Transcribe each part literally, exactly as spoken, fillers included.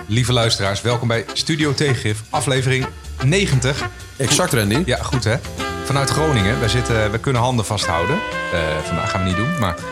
lieve luisteraars, welkom bij Studio Tegengif, aflevering negentig. Exact, Randy. Ja, goed hè. Vanuit Groningen. Wij, zitten, wij kunnen handen vasthouden. Uh, vandaag gaan we niet doen, maar...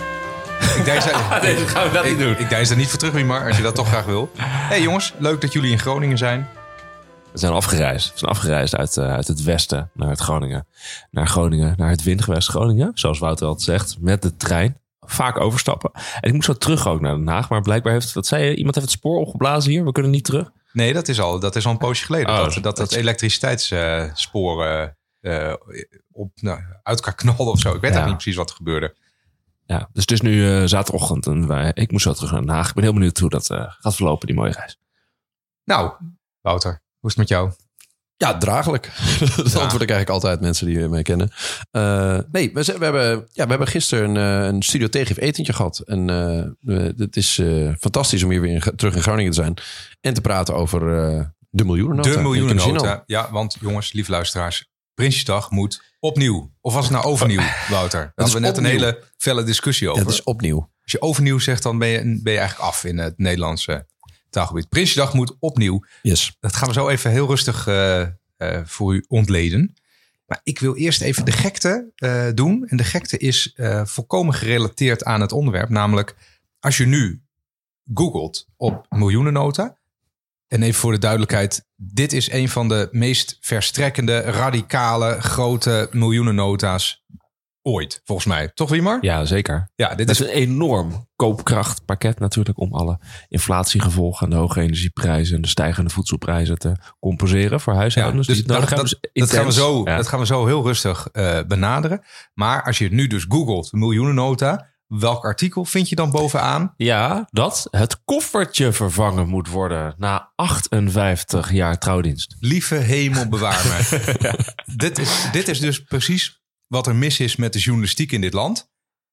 Ik deins daar, nee, dat gaan we dat ik, niet doen. Ik deins er niet voor terug, Wimar, als je dat toch graag wil. Hé hey, jongens, leuk dat jullie in Groningen zijn. We zijn afgereisd. We zijn afgereisd uit, uh, uit het westen naar het Groningen. Naar Groningen, naar het windgewest Groningen. Zoals Wouter altijd zegt, met de trein. Vaak overstappen. En ik moet zo terug ook naar Den Haag. Maar blijkbaar heeft, wat zei je, iemand heeft het spoor opgeblazen hier. We kunnen niet terug. Nee, dat is al, dat is al een poosje geleden. Oh, dat, dat dat elektriciteitsspoor uh, uh, op, nou, uit elkaar knalde of zo. Ik weet ja. eigenlijk niet precies wat er gebeurde. Ja, dus het is nu uh, zaterdagochtend en wij, ik moet zo terug naar Den Haag. Ik ben heel benieuwd hoe dat uh, gaat verlopen, die mooie reis. Nou, Wouter, hoe is het met jou? Ja, draaglijk. Dat ja. antwoord ik eigenlijk altijd mensen die mij kennen. Uh, nee, we, we, hebben, ja, we hebben gisteren een, een Studio Tegengif etentje gehad. En uh, het is uh, fantastisch om hier weer in, terug in Groningen te zijn. En te praten over uh, de miljoenennota. De miljoenennota. Ja, want jongens, lieve luisteraars, Prinsjesdag moet opnieuw. Of was het nou overnieuw, Wouter? Daar hadden we net opnieuw. Een hele felle discussie over. Ja, het is opnieuw. Als je overnieuw zegt, dan ben je, ben je eigenlijk af in het Nederlandse taalgebied. Prinsjesdag moet opnieuw. Yes. Dat gaan we zo even heel rustig uh, uh, voor u ontleden. Maar ik wil eerst even de gekte uh, doen. En de gekte is uh, volkomen gerelateerd aan het onderwerp. Namelijk, als je nu googelt op miljoenennota. En even voor de duidelijkheid. Dit is een van de meest verstrekkende, radicale, grote miljoenennota's ooit, volgens mij. Toch, Wimar? Ja, zeker. Ja, dit dat is een enorm koopkrachtpakket natuurlijk om alle inflatiegevolgen en de hoge energieprijzen en de stijgende voedselprijzen te compenseren voor huishoudens. Ja, dus die het nodig dat, hebben. Dat, Dus dat, gaan we zo, ja. dat gaan we zo heel rustig uh, benaderen. Maar als je nu dus googelt miljoenennota, welk artikel vind je dan bovenaan? Ja, dat het koffertje vervangen moet worden na achtenvijftig jaar trouwdienst. Lieve hemel bewaar me. ja. dit, is, dit is dus precies wat er mis is met de journalistiek in dit land.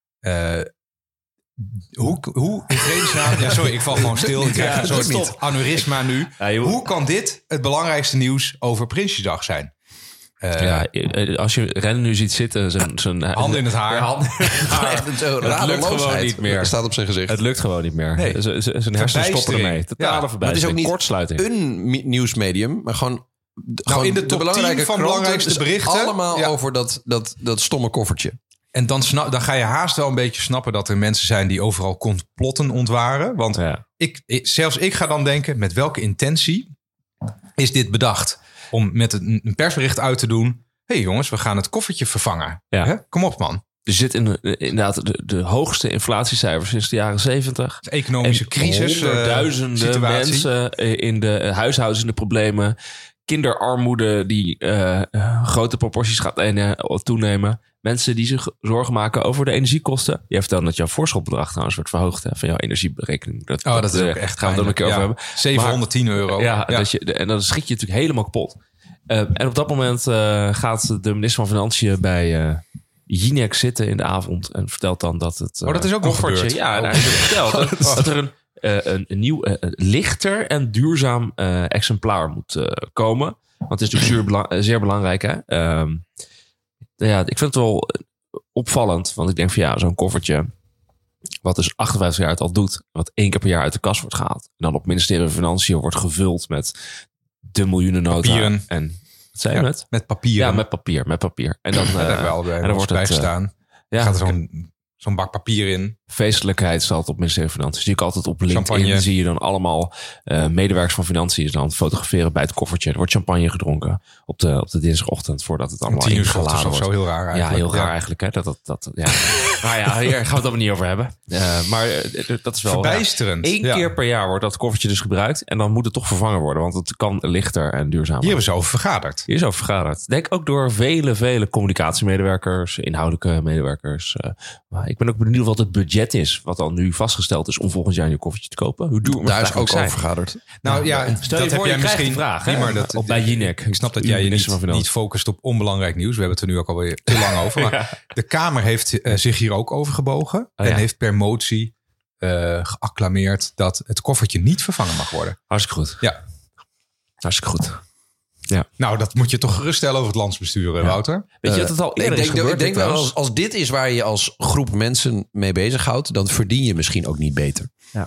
Uh, hoe, hoe in vredesnaam... Ja, sorry, ik val gewoon stil. Ik krijg ja, een soort aneurysma nu. Ja, hoe kan dit het belangrijkste nieuws over Prinsjesdag zijn? Uh, ja, als je Rennen nu ziet zitten, zijn, zijn handen in het haar. Hand in het haar. Het lukt gewoon niet meer. Het staat op zijn gezicht. Het lukt gewoon niet meer. Nee. Z- z- zijn hersenen stoppen ermee. Totale ja, verbijstering. Het is ook niet kortsluiting. Een nieuwsmedium, maar gewoon... Nou, gewoon in de top de tien van belangrijkste berichten. Allemaal ja. over dat, dat, dat stomme koffertje. En dan, snap, dan ga je haast wel een beetje snappen dat er mensen zijn die overal complotten ontwaren. Want ja. ik, ik, zelfs ik ga dan denken, met welke intentie is dit bedacht? Om met een, een persbericht uit te doen. Hé hey jongens, we gaan het koffertje vervangen. Ja. Hè? Kom op man. Je zit in de, inderdaad de, de hoogste inflatiecijfers sinds de jaren zeventig. De economische crisis. Duizenden uh, mensen in de huishoudens in de problemen. Kinderarmoede die uh, grote proporties gaat uh, toenemen. Mensen die zich zorgen maken over de energiekosten. Je vertelt dat jouw voorschotbedrag trouwens wordt verhoogd. Hè, van jouw energieberekening. Dat, oh, dat, dat is uh, ook echt gaan we er een keer ja. over hebben. zevenhonderdtien euro. Ja, ja. Dat je, en dan schrik je natuurlijk helemaal kapot. Uh, en op dat moment uh, gaat de minister van Financiën bij uh, Jinek zitten in de avond. En vertelt dan dat het... Uh, oh, dat is ook nog gebeurd. Ja, oh. nou, hij vertelt dat, dat er een... Uh, een, een nieuw, uh, lichter en duurzaam uh, exemplaar moet uh, komen. Want het is natuurlijk zeer, belang, zeer belangrijk. Hè? Uh, ja, ik vind het wel opvallend. Want ik denk van ja, zo'n koffertje... wat dus achtenvijftig jaar het al doet... wat één keer per jaar uit de kas wordt gehaald... en dan op het ministerie van Financiën wordt gevuld met de miljoenennota. Papieren. En wat zei je ja, met? Met papieren. Ja, met papier. Met papier. En dan, uh, ja, daar wel bij, en dan wordt het gestaan. Uh, ja, gaat er zo'n... Zo'n bak papier in. Feestelijkheid staat op het ministerie van Financiën. Zie ik altijd op LinkedIn. Champagne. Zie je dan allemaal uh, medewerkers van Financiën dan fotograferen bij het koffertje. Er wordt champagne gedronken op de, op de dinsdagochtend voordat het allemaal ingeladen wordt. Zo heel raar eigenlijk. Ja, heel raar ja. eigenlijk. Hè? Dat, dat, dat, ja. Maar ja, hier gaan we het allemaal niet over hebben. Uh, maar uh, dat is wel... Verbijsterend. Eén ja. keer per jaar wordt dat koffertje dus gebruikt. En dan moet het toch vervangen worden. Want het kan lichter en duurzamer. Hier hebben ze over vergaderd. Hier is over vergaderd. Denk ook door vele, vele communicatiemedewerkers. Inhoudelijke medewerkers. Uh, maar ik ben ook benieuwd wat het budget is, wat dan nu vastgesteld is om volgend jaar een koffertje te kopen. Hoe duur daar is ook over vergaderd. Nou ja, ja stel dat je voor, heb jij je misschien vraag, nee, maar dat, op bij Jinek. Ik snap dat jij je niet, niet focust op onbelangrijk nieuws. We hebben het er nu ook alweer te lang over. Maar ja. De Kamer heeft uh, zich hier ook over gebogen oh, en ja. heeft per motie uh, geacclameerd dat het koffertje niet vervangen mag worden. Hartstikke goed. Ja, hartstikke goed. Ja. Nou, dat moet je toch geruststellen over het landsbestuur, ja. Wouter. Weet je dat het al eerder uh, is gebeurd? Ik denk wel, als, als dit is waar je als groep mensen mee bezighoudt, dan verdien je misschien ook niet beter. Ja.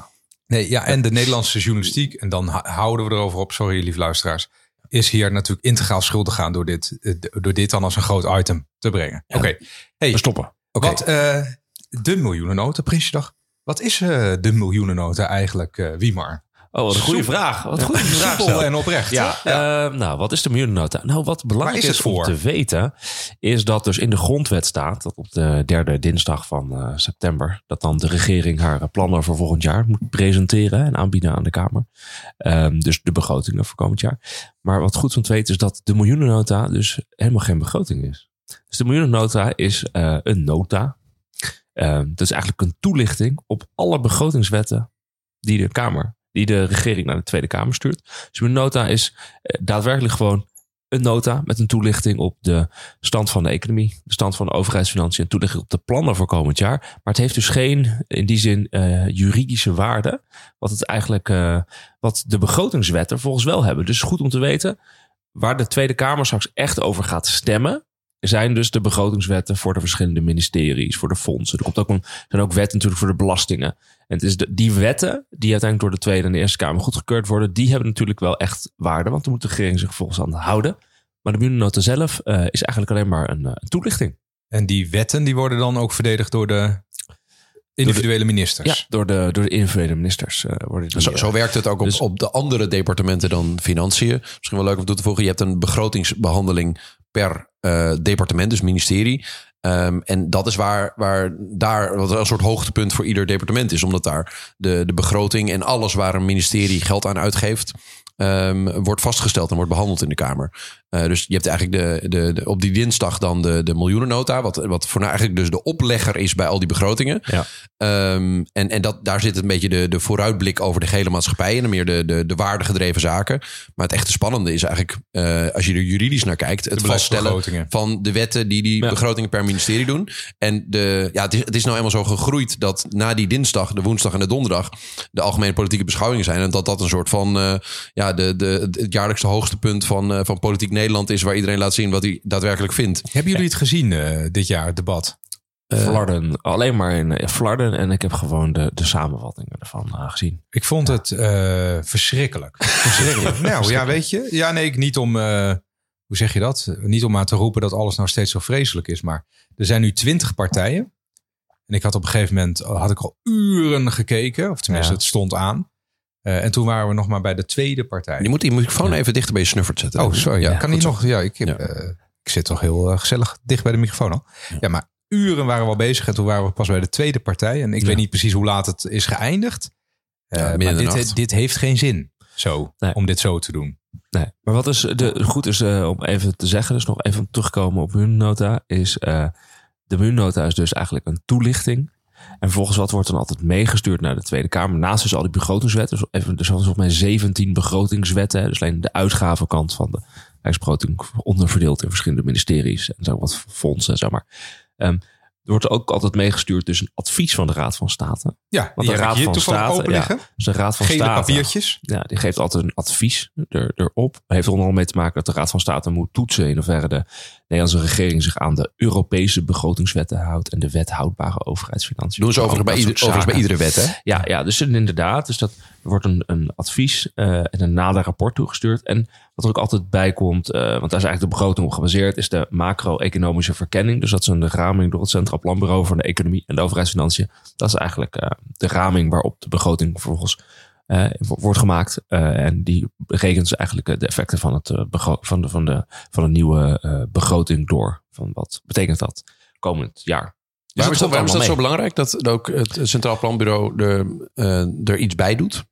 Nee, ja, en de Nederlandse journalistiek, en dan houden we erover op, sorry lieve luisteraars, is hier natuurlijk integraal schuldig aan door dit, door dit dan als een groot item te brengen. Ja, Oké, okay. hey, we stoppen. Okay. Wat uh, de miljoenennota, Prinsjesdag. Wat is uh, de miljoenennota eigenlijk, uh, Wiemar? Oh, wat een goede Soep. vraag. Wat een goede ja, vraag. Soepel en oprecht. Ja, ja. Uh, nou, wat is de miljoenennota? Nou, wat belangrijk is, is om te weten, is dat dus in de grondwet staat dat op de derde dinsdag van uh, september, dat dan de regering haar plannen voor volgend jaar moet presenteren en aanbieden aan de Kamer. Um, dus de begrotingen voor komend jaar. Maar wat goed om te weten is dat de miljoenennota dus helemaal geen begroting is. Dus de miljoenennota is uh, een nota. Uh, dat is eigenlijk een toelichting op alle begrotingswetten die de Kamer die de regering naar de Tweede Kamer stuurt. Dus een nota is daadwerkelijk gewoon een nota met een toelichting op de stand van de economie, de stand van de overheidsfinanciën en toelichting op de plannen voor komend jaar. Maar het heeft dus geen, in die zin, uh, juridische waarde, wat het eigenlijk, uh, wat de begrotingswetten volgens wel hebben. Dus goed om te weten, waar de Tweede Kamer straks echt over gaat stemmen, zijn dus de begrotingswetten voor de verschillende ministeries, voor de fondsen. Er komt ook een, er zijn ook wetten natuurlijk voor de belastingen. En het is de, die wetten die uiteindelijk door de Tweede en de Eerste Kamer goedgekeurd worden, die hebben natuurlijk wel echt waarde, want dan moet de regering zich volgens aan houden. Maar de miljoenennota zelf uh, is eigenlijk alleen maar een, een toelichting. En die wetten die worden dan ook verdedigd door de individuele door de, ministers? Ja, door de, door de individuele ministers. Uh, worden die, zo, zo werkt het ook op, dus, op de andere departementen dan financiën. Misschien wel leuk om toe te voegen. Je hebt een begrotingsbehandeling per uh, departement, dus ministerie. Um, en dat is waar, waar daar wat een soort hoogtepunt voor ieder departement is. Omdat daar de, de begroting en alles waar een ministerie geld aan uitgeeft, Um, wordt vastgesteld en wordt behandeld in de Kamer. Uh, dus je hebt eigenlijk de, de, de, op die dinsdag dan de, de miljoenennota, wat, wat voor nou eigenlijk dus de oplegger is bij al die begrotingen. Ja. Um, en en dat, daar zit een beetje de, de vooruitblik over de gehele maatschappij en dan meer de, de, de waardegedreven zaken. Maar het echte spannende is eigenlijk, uh, als je er juridisch naar kijkt, het vaststellen van de wetten die die ja. begrotingen per ministerie doen. En de, ja, het, is, het is nou eenmaal zo gegroeid dat na die dinsdag, de woensdag en de donderdag, de algemene politieke beschouwingen zijn. En dat dat een soort van uh, ja, de, de, het jaarlijkse hoogste punt van, uh, van politiek Nederland is, waar iedereen laat zien wat hij daadwerkelijk vindt. Hebben jullie het gezien uh, dit jaar, het debat? Uh, Flarden, alleen maar in uh, Flarden. En ik heb gewoon de, de samenvattingen ervan uh, gezien. Ik vond ja. het uh, verschrikkelijk. verschrikkelijk. Nou ja, weet je. Ja, nee, niet om, uh, hoe zeg je dat? Niet om maar te roepen dat alles nou steeds zo vreselijk is. Maar er zijn nu twintig partijen. En ik had op een gegeven moment, had ik al uren gekeken. Of tenminste, ja. het stond aan. Uh, en toen waren we nog maar bij de tweede partij. Je moet die microfoon ja. even dichter bij je snuffert zetten. Oh, sorry. Ja, ja, kan niet nog? Ja, ik, ja. Uh, ik zit toch heel uh, gezellig dicht bij de microfoon al. Ja. ja, maar uren waren we al bezig. En toen waren we pas bij de tweede partij. En ik ja. weet niet precies hoe laat het is geëindigd. Uh, ja, maar dit, dit heeft geen zin zo, nee. om dit zo te doen. Nee. Maar wat is de, goed is uh, om even te zeggen, dus nog even terugkomen op miljoenennota, is uh, de miljoenennota is dus eigenlijk een toelichting. En volgens wat wordt dan altijd meegestuurd naar de Tweede Kamer. Naast dus al die begrotingswetten. Dus even, er zijn volgens mij zeventien begrotingswetten. Dus alleen de uitgavenkant van de rijksbegroting onderverdeeld in verschillende ministeries. En zo wat fondsen en zo maar. Um, er wordt ook altijd meegestuurd dus een advies van de Raad van State. Ja, want de Raad van State, ja, dus de Raad van Gele State, papiertjes. Ja, die geeft altijd een advies er, erop. Heeft er onder andere mee te maken dat de Raad van State moet toetsen in hoeverre de Nederlandse regering zich aan de Europese begrotingswetten houdt en de wet houdbare overheidsfinanciën. Doen ze overigens bij, ieder, overigens bij iedere wet, hè? Ja, ja, dus inderdaad. Dus dat er wordt een, een advies uh, en een nader rapport toegestuurd. En wat er ook altijd bij komt, uh, want daar is eigenlijk de begroting op gebaseerd, is de macro-economische verkenning. Dus dat is een raming door het Centraal Planbureau voor de Economie en de Overheidsfinanciën. Dat is eigenlijk uh, de raming waarop de begroting vervolgens uh, wordt gemaakt. Uh, en die rekent dus eigenlijk de effecten van, het, uh, begro- van, de, van, de, van een nieuwe uh, begroting door. Van wat betekent dat komend jaar? Dus waarom is dat, waarom is dat zo belangrijk dat ook het Centraal Planbureau er, uh, er iets bij doet?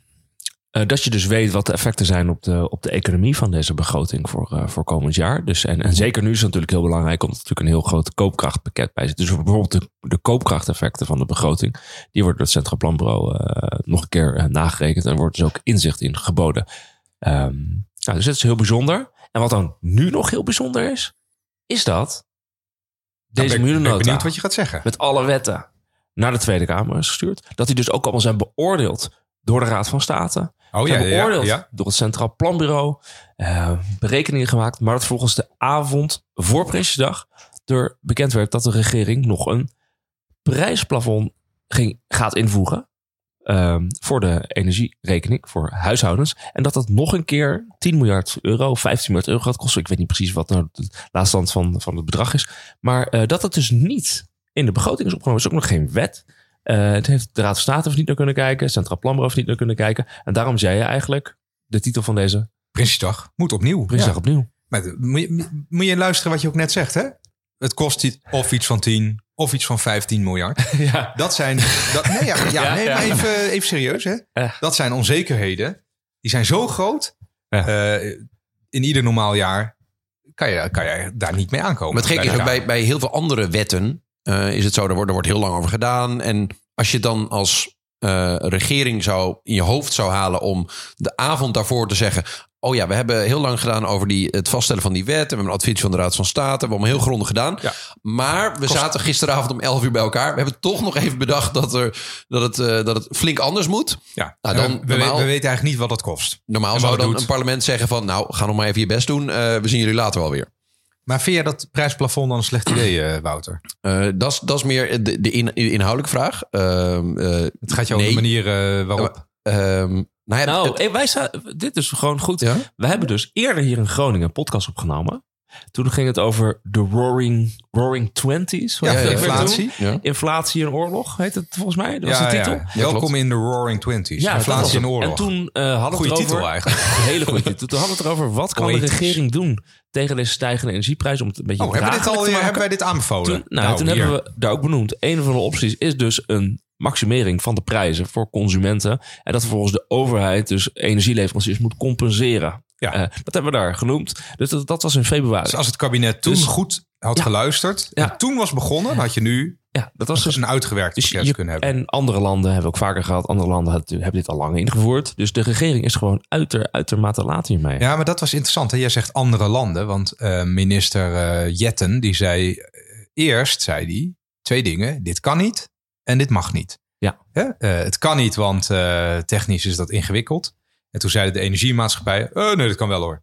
Uh, dat je dus weet wat de effecten zijn op de, op de economie van deze begroting voor, uh, voor komend jaar. Dus, en, en zeker nu is het natuurlijk heel belangrijk, omdat er natuurlijk een heel groot koopkrachtpakket bij zit. Dus bijvoorbeeld de, de koopkrachteffecten van de begroting, die worden door het Centraal Planbureau uh, nog een keer uh, nagerekend. En er wordt dus ook inzicht in geboden. Um, nou, dus dat is heel bijzonder. En wat dan nu nog heel bijzonder is, is dat deze miljoenennota, ik ben benieuwd wat je gaat zeggen, met alle wetten naar de Tweede Kamer is gestuurd. Dat die dus ook allemaal zijn beoordeeld door de Raad van State. Oh, zijn ja, beoordeeld ja, ja. door het Centraal Planbureau. Uh, berekeningen gemaakt. Maar dat volgens de avond voor Prinsjesdag er bekend werd dat de regering nog een prijsplafond ging, gaat invoegen. Um, voor de energierekening voor huishoudens. En dat dat nog een keer tien miljard euro, vijftien miljard euro gaat kosten. Ik weet niet precies wat nou de laatste stand van, van het bedrag is. Maar uh, dat het dus niet in de begroting is opgenomen. Is ook nog geen wet. Uh, het heeft de Raad van State heeft niet naar kunnen kijken. Centraal Planbureau heeft niet naar kunnen kijken. En daarom zei je eigenlijk de titel van deze... Prinsjesdag moet opnieuw. Prinsjesdag ja. opnieuw. Maar moet je, moet je luisteren wat je ook net zegt, hè? Het kost of iets van tien of iets van vijftien miljard. Ja. Dat zijn... Dat, nee, ja, ja, ja, nee, maar even, even serieus, hè? Ja. Dat zijn onzekerheden. Die zijn zo groot. Ja. Uh, in ieder normaal jaar kan je, kan je daar niet mee aankomen. Maar het gekke is ook bij, bij heel veel andere wetten... Uh, is het zo, er wordt, er wordt heel lang over gedaan. En als je dan als uh, regering zou in je hoofd zou halen... om de avond daarvoor te zeggen... oh ja, we hebben heel lang gedaan over die, het vaststellen van die wet... en we hebben een advies van de Raad van State. We hebben allemaal heel grondig gedaan. Ja. Maar we Kost... zaten gisteravond om elf uur bij elkaar. We hebben toch nog even bedacht dat, er, dat, het, uh, dat het flink anders moet. Ja. Nou, dan, we, normaal, we weten eigenlijk niet wat dat kost. Normaal zou dan doet. een parlement zeggen van... nou, ga nog maar even je best doen. Uh, we zien jullie later wel weer. Maar vind je dat prijsplafond dan een slecht idee, uh, Wouter? Uh, dat is meer de, de in, inhoudelijke vraag. Uh, uh, het gaat je nee. om de manier uh, waarop... Uh, um, nou, ja, nou het, wij staan, dit is gewoon goed. Ja? We hebben dus eerder hier in Groningen een podcast opgenomen. Toen ging het over de Roaring, roaring Twenties. Ja, ja, inflatie. Ja. Inflatie en oorlog heet het volgens mij. Dat was ja, de titel. Ja, ja. Welkom in de Roaring Twenties. Ja, inflatie en oorlog. En toen uh, hadden we het erover... titel eigenlijk. Een hele goede titel. Toen hadden we het erover wat kan Poetisch. de regering doen tegen deze stijgende energieprijs om het een beetje oh, hebben, dit al, te maken. hebben wij dit aanbevolen? Toen, nou, nou, toen hebben we daar ook benoemd. Een van de opties is dus een maximering van de prijzen voor consumenten. En dat vervolgens de overheid dus energieleveranciers moet compenseren. Ja. Uh, dat hebben we daar genoemd. Dus dat, dat was in februari. Dus als het kabinet toen dus, goed had ja. geluisterd... Ja. en toen was begonnen, dan had je nu ja, dat was dus, een uitgewerkt dus pakket kunnen hebben. En andere landen hebben we ook vaker gehad. Andere landen hebben dit al lang ingevoerd. Dus de regering is gewoon uiter, uitermate laat hiermee. Ja, maar dat was interessant. Hè? Jij zegt andere landen. Want uh, minister uh, Jetten, die zei... Uh, eerst zei die twee dingen. Dit kan niet en dit mag niet. Ja. Uh, het kan niet, want uh, technisch is dat ingewikkeld. En toen zeiden de energiemaatschappij... Oh, nee, dat kan wel hoor.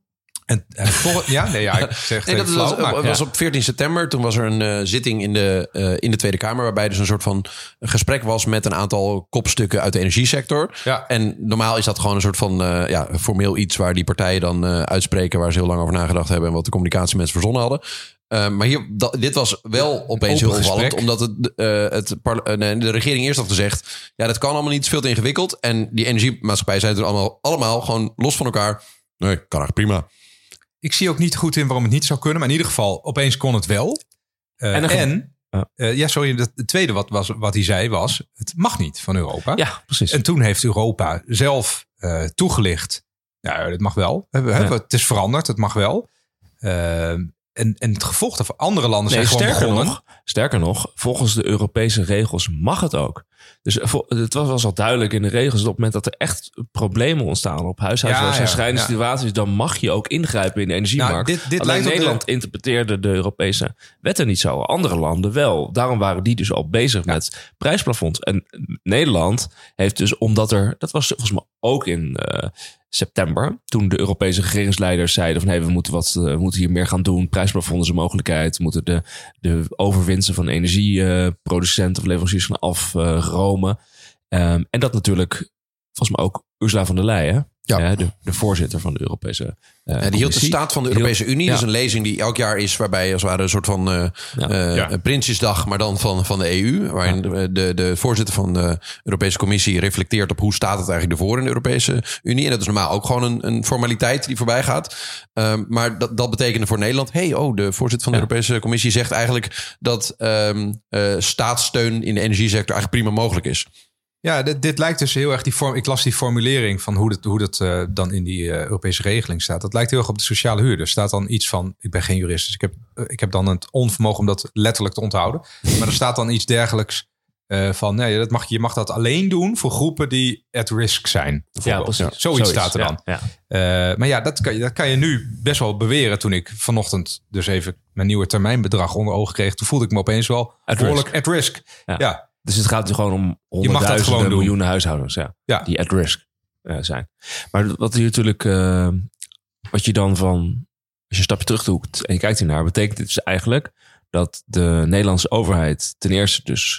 En, en vol, ja, nee, ja, ik zeg nee, dat flauw, was, maar, was ja. op veertien september. Toen was er een uh, zitting in de, uh, in de Tweede Kamer... waarbij dus een soort van gesprek was... met een aantal kopstukken uit de energiesector. Ja. En normaal is dat gewoon een soort van uh, ja, formeel iets... waar die partijen dan uh, uitspreken... waar ze heel lang over nagedacht hebben... en wat de communicatiemensen verzonnen hadden. Uh, maar hier, dat, dit was wel opeens heel opvallend. Omdat het, uh, het parla- uh, nee, de regering eerst had gezegd... ja, dat kan allemaal niet, veel te ingewikkeld. En die energiemaatschappij zei toen allemaal, allemaal gewoon los van elkaar... nee, kan echt prima. Ik zie ook niet goed in waarom het niet zou kunnen. Maar in ieder geval, opeens kon het wel. Uh, en, en uh, ja, sorry, het tweede wat, was, wat hij zei was... het mag niet van Europa. Ja, precies. En toen heeft Europa zelf uh, toegelicht... ja, het mag wel. We, ja. Het is veranderd, het mag wel. Uh, En, en het gevolg daarvan, andere landen nee, zijn gewoon sterker begonnen. Nog, sterker nog, volgens de Europese regels mag het ook. Dus het was, was al duidelijk in de regels... dat op het moment dat er echt problemen ontstaan... op huishoudens ja, en schrijnende ja. situaties... dan mag je ook ingrijpen in de energiemarkt. Nou, dit, dit Alleen Nederland de... interpreteerde de Europese wetten niet zo. Andere landen wel. Daarom waren die dus al bezig ja. met prijsplafonds. En Nederland heeft dus, omdat er... dat was volgens mij ook in... Uh, september, toen de Europese regeringsleiders zeiden van hey, we moeten wat, we moeten hier meer gaan doen. Prijsplafond is een mogelijkheid. We moeten de, de overwinsten van energieproducenten of leveranciers van afromen. Uh, um, en dat natuurlijk volgens mij ook Ursula von der Leyen, ja. uh, de, de voorzitter van de Europese uh, ja, die hield de staat van de Europese Unie. Ja. Dat is een lezing die elk jaar is, waarbij als het ware een soort van uh, ja. Uh, ja. Prinsjesdag, maar dan van, van de E U. Waarin ja. de, de voorzitter van de Europese Commissie reflecteert op hoe staat het eigenlijk ervoor in de Europese Unie. En dat is normaal ook gewoon een, een formaliteit die voorbij gaat. Um, maar dat, dat betekende voor Nederland, hey, oh, de voorzitter van de ja. Europese Commissie zegt eigenlijk dat um, uh, staatssteun in de energiesector eigenlijk prima mogelijk is. Ja, dit, dit lijkt dus heel erg die vorm. Ik las die formulering van hoe dat, hoe dat uh, dan in die uh, Europese regeling staat. Dat lijkt heel erg op de sociale huur. Er staat dan iets van. Ik ben geen jurist, dus ik heb, uh, ik heb dan het onvermogen om dat letterlijk te onthouden. Maar er staat dan iets dergelijks uh, van. Nee, dat mag, je mag dat alleen doen voor groepen die at risk zijn. Ja, precies. Zoiets, Zoiets staat er dan. Ja, ja. Uh, maar ja, dat kan, je, dat kan je nu best wel beweren. Toen ik vanochtend dus even mijn nieuwe termijnbedrag onder ogen kreeg. Toen voelde ik me opeens wel at behoorlijk risk. at risk. Ja. ja. Dus het gaat gewoon om honderdduizenden miljoenen huishoudens ja, ja. die at risk uh, zijn. Maar wat hier natuurlijk, uh, wat je dan van, als je een stapje terug doet en je kijkt hiernaar, betekent dit dus eigenlijk dat de Nederlandse overheid ten eerste dus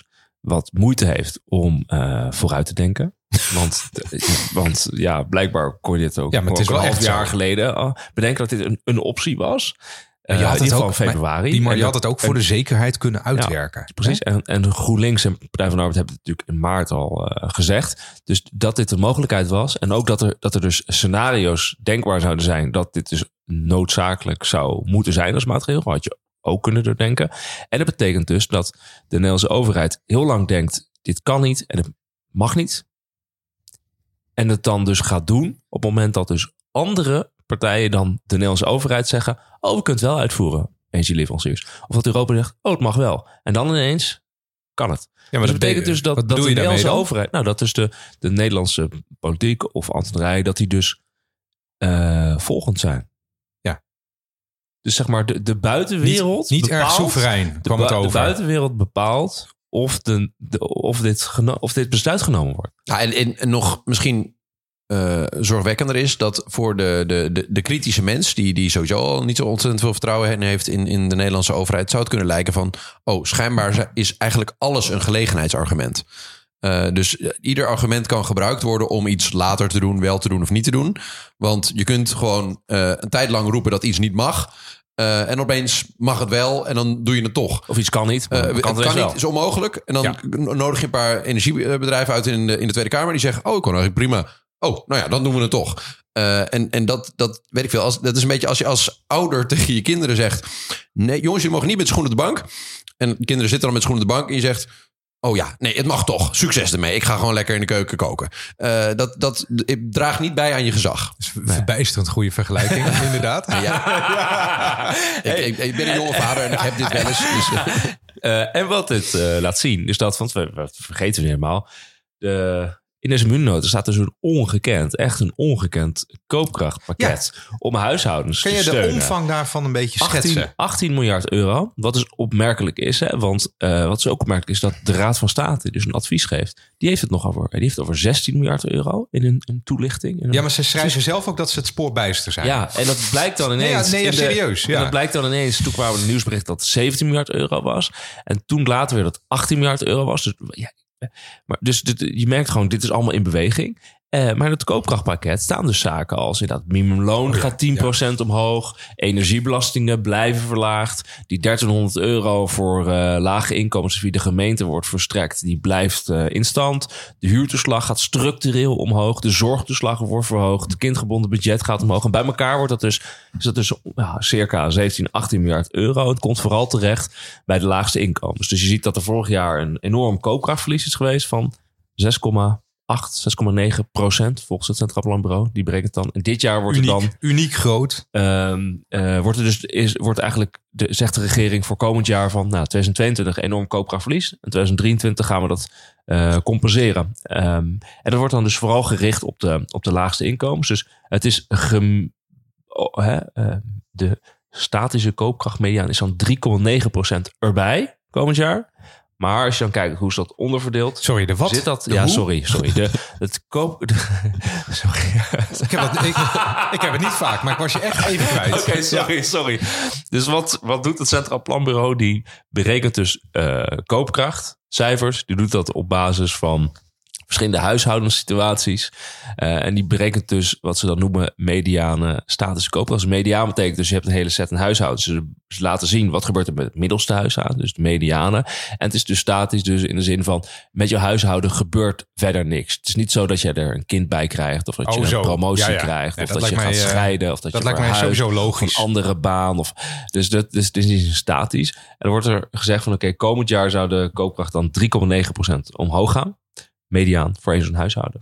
wat moeite heeft om uh, vooruit te denken. Want, want ja, blijkbaar kon je dit ook, ja, maar het is ook wel een half echt jaar zo. geleden uh, bedenken dat dit een, een optie was. Uh, je had in ieder het geval ook, in februari. Die, maar je en had het ook voor en, de zekerheid kunnen uitwerken. Ja, precies. En, en GroenLinks en Partij van de Arbeid hebben het natuurlijk in maart al uh, gezegd. Dus dat dit een mogelijkheid was. En ook dat er, dat er dus scenario's denkbaar zouden zijn. Dat dit dus noodzakelijk zou moeten zijn als maatregel. Had je ook kunnen doordenken. En dat betekent dus dat de Nederlandse overheid heel lang denkt. Dit kan niet en het mag niet. En het dan dus gaat doen op het moment dat dus andere partijen dan de Nederlandse overheid zeggen, oh, we kunnen het wel uitvoeren, energieleveranciers. Of dat Europa zegt, oh, het mag wel. En dan ineens kan het. Ja, maar dus dat betekent dus dat, dat de Nederlandse overheid, nou, dat is de, de Nederlandse politiek of ambtenarij, dat die dus uh, volgend zijn. Ja. Dus zeg maar, de, de buitenwereld Niet, niet bepaalt, erg soeverein kwam het over. De buitenwereld bepaalt of, de, de, of, dit, geno, of dit besluit genomen wordt. Ja, en, en, en nog misschien Uh, zorgwekkender is dat voor de, de, de, de kritische mens, die, die sowieso al niet zo ontzettend veel vertrouwen heeft in, in de Nederlandse overheid, zou het kunnen lijken van, oh, schijnbaar is eigenlijk alles een gelegenheidsargument. Uh, dus uh, ieder argument kan gebruikt worden om iets later te doen, wel te doen of niet te doen. Want je kunt gewoon uh, een tijd lang roepen dat iets niet mag. Uh, en opeens mag het wel en dan doe je het toch. Of iets kan niet. Maar uh, kan het het kan wel. niet, is onmogelijk. En dan ja. nodig je een paar energiebedrijven uit in de, in de Tweede Kamer die zeggen, oh, ik kon eigenlijk prima. Oh, nou ja, dan doen we het toch. Uh, en en dat, dat weet ik veel. Als, dat is een beetje als je als ouder tegen je kinderen zegt, nee, jongens, jullie mogen niet met schoenen op de bank. En de kinderen zitten dan met schoenen op de bank en je zegt, oh ja, nee, het mag toch. Succes ermee. Ik ga gewoon lekker in de keuken koken. Uh, dat, dat draagt niet bij aan je gezag. Dat is een verbijsterend goede vergelijking, inderdaad. Ja. Ja. Ik, ik, ik ben een jonge vader en ik heb dit wel eens. Dus, uh, en wat dit uh, laat zien, is dat, want we, we vergeten we helemaal, de... In deze muntnota staat dus een ongekend, echt een ongekend koopkrachtpakket ja. om huishoudens Kun te je steunen. de omvang daarvan een beetje schetsen? achttien, achttien miljard euro, wat dus opmerkelijk is. Hè? Want uh, wat is ook opmerkelijk is dat de Raad van State dus een advies geeft. Die heeft het nog over, die heeft het over zestien miljard euro in een, een toelichting. In een, ja, maar ze schrijven zelf ook dat ze het spoorbijster zijn. Ja, en dat blijkt dan ineens. Nee, ja, nee, ja, serieus. De, ja. En dat blijkt dan ineens, toen kwamen de nieuwsbericht dat het zeventien miljard euro was. En toen later weer dat het achttien miljard euro was. Dus ja, maar dus dit, je merkt gewoon, dit is allemaal in beweging. Uh, maar in het koopkrachtpakket staan dus zaken als inderdaad minimumloon oh ja, gaat tien procent ja. omhoog. Energiebelastingen blijven verlaagd. Die dertienhonderd euro voor uh, lage inkomens via de gemeente wordt verstrekt. Die blijft uh, in stand. De huurtoeslag gaat structureel omhoog. De zorgtoeslag wordt verhoogd. Het kindgebonden budget gaat omhoog. En bij elkaar wordt dat dus, is dat dus ja, circa zeventien, achttien miljard euro. Het komt vooral terecht bij de laagste inkomens. Dus je ziet dat er vorig jaar een enorm koopkrachtverlies is geweest van zes komma acht, zes komma negen procent volgens het Centraal Planbureau. Die berekent dan. En dit jaar wordt uniek, het dan uniek groot. Um, uh, wordt er dus is, wordt eigenlijk de, zegt de regering voor komend jaar van nou, twintig tweeëntwintig enorm koopkrachtverlies. En twintig drieëntwintig gaan we dat uh, compenseren. Um, en dat wordt dan dus vooral gericht op de op de laagste inkomens. Dus het is gem, oh, hè, uh, de statische koopkrachtmediaan is dan drie komma negen procent erbij komend jaar. Maar als je dan kijkt hoe is dat onderverdeeld. Sorry, de wat? Zit dat? De ja, hoe? sorry, sorry. De, het koop. De, sorry. Ik heb, het, ik, ik heb het niet vaak, maar ik was je echt even kwijt. Oké, okay, sorry, ja. sorry. Dus wat, wat doet het Centraal Planbureau? Die berekent dus uh, koopkrachtcijfers. Die doet dat op basis van verschillende huishoudensituaties. Uh, en die berekent dus wat ze dan noemen mediane statische koopkracht. Dus mediaan betekent dus je hebt een hele set aan huishoudens. Dus ze laten zien wat gebeurt er met het middelste huishouden. Dus de mediane. En het is dus statisch dus in de zin van met je huishouden gebeurt verder niks. Het is niet zo dat je er een kind bij krijgt. Of dat je oh, een promotie ja, ja. krijgt. Ja, of dat, dat je mij, gaat scheiden. Of dat, dat je lijkt mij sowieso logisch. Een andere baan. Of, dus dat dus, dus is statisch. En dan wordt er gezegd van oké, okay, komend jaar zou de koopkracht dan drie komma negen procent omhoog gaan. Mediaan voor een zo'n huishouden.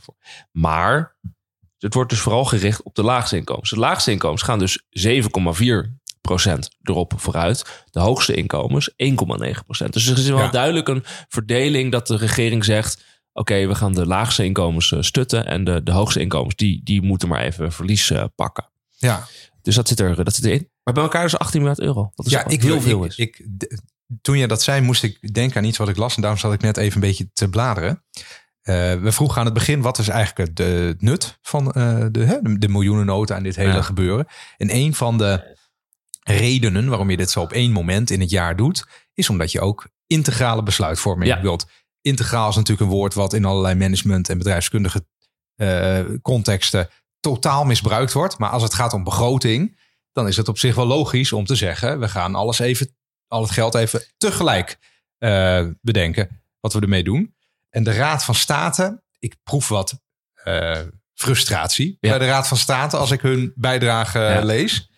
Maar het wordt dus vooral gericht op de laagste inkomens. De laagste inkomens gaan dus zeven komma vier procent erop vooruit. De hoogste inkomens één komma negen procent. Dus er is wel ja. duidelijk een verdeling dat de regering zegt oké, okay, we gaan de laagste inkomens stutten en de, de hoogste inkomens die, die moeten maar even verlies uh, pakken. Ja. Dus dat zit, er, dat zit erin. Maar bij elkaar is achttien miljard euro. Dat is ja, ik, heel veel. Ik, is. ik, toen je dat zei, moest ik denken aan iets wat ik las. En daarom zat ik net even een beetje te bladeren. Uh, we vroegen aan het begin, wat is eigenlijk het, het nut van uh, de, de, de miljoenennota en dit hele ja. gebeuren? En een van de redenen waarom je dit zo op één moment in het jaar doet, is omdat je ook integrale besluitvorming ja. wilt. integraal is natuurlijk een woord wat in allerlei management en bedrijfskundige uh, contexten totaal misbruikt wordt. Maar als het gaat om begroting, dan is het op zich wel logisch om te zeggen, we gaan alles even, al het geld even tegelijk uh, bedenken wat we ermee doen. En de Raad van State, ik proef wat uh, frustratie ja. bij de Raad van State als ik hun bijdrage ja. lees.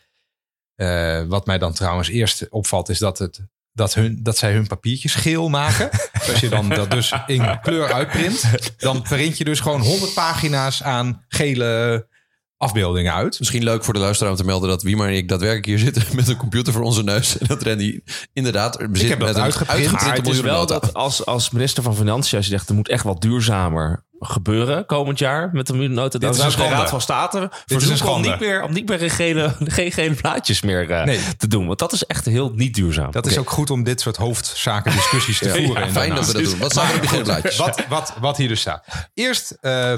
Uh, wat mij dan trouwens eerst opvalt is dat, het, dat, hun, dat zij hun papiertjes geel maken. Als je dan dat dus in kleur uitprint, dan print je dus gewoon honderd pagina's aan gele afbeeldingen uit. Misschien leuk voor de luisteraar om te melden dat Wiemar en ik daadwerkelijk hier zitten met een computer voor onze neus. En dat Randy inderdaad bezit met een uitgeprinte maar het is wel dat als, als minister van Financiën, als je zegt er moet echt wat duurzamer gebeuren komend jaar met de miljoennota, dan zou de Raad van State verzoeken om niet meer, om niet meer gele, geen gele plaatjes meer uh, nee. te doen. Want dat is echt heel niet duurzaam. Dat okay. is ook goed om dit soort hoofdzaken discussies te ja, voeren. Ja, fijn dat we dat doen. Wat staat er op die gele plaatjes? Wat, wat, wat hier dus staat. Eerst uh,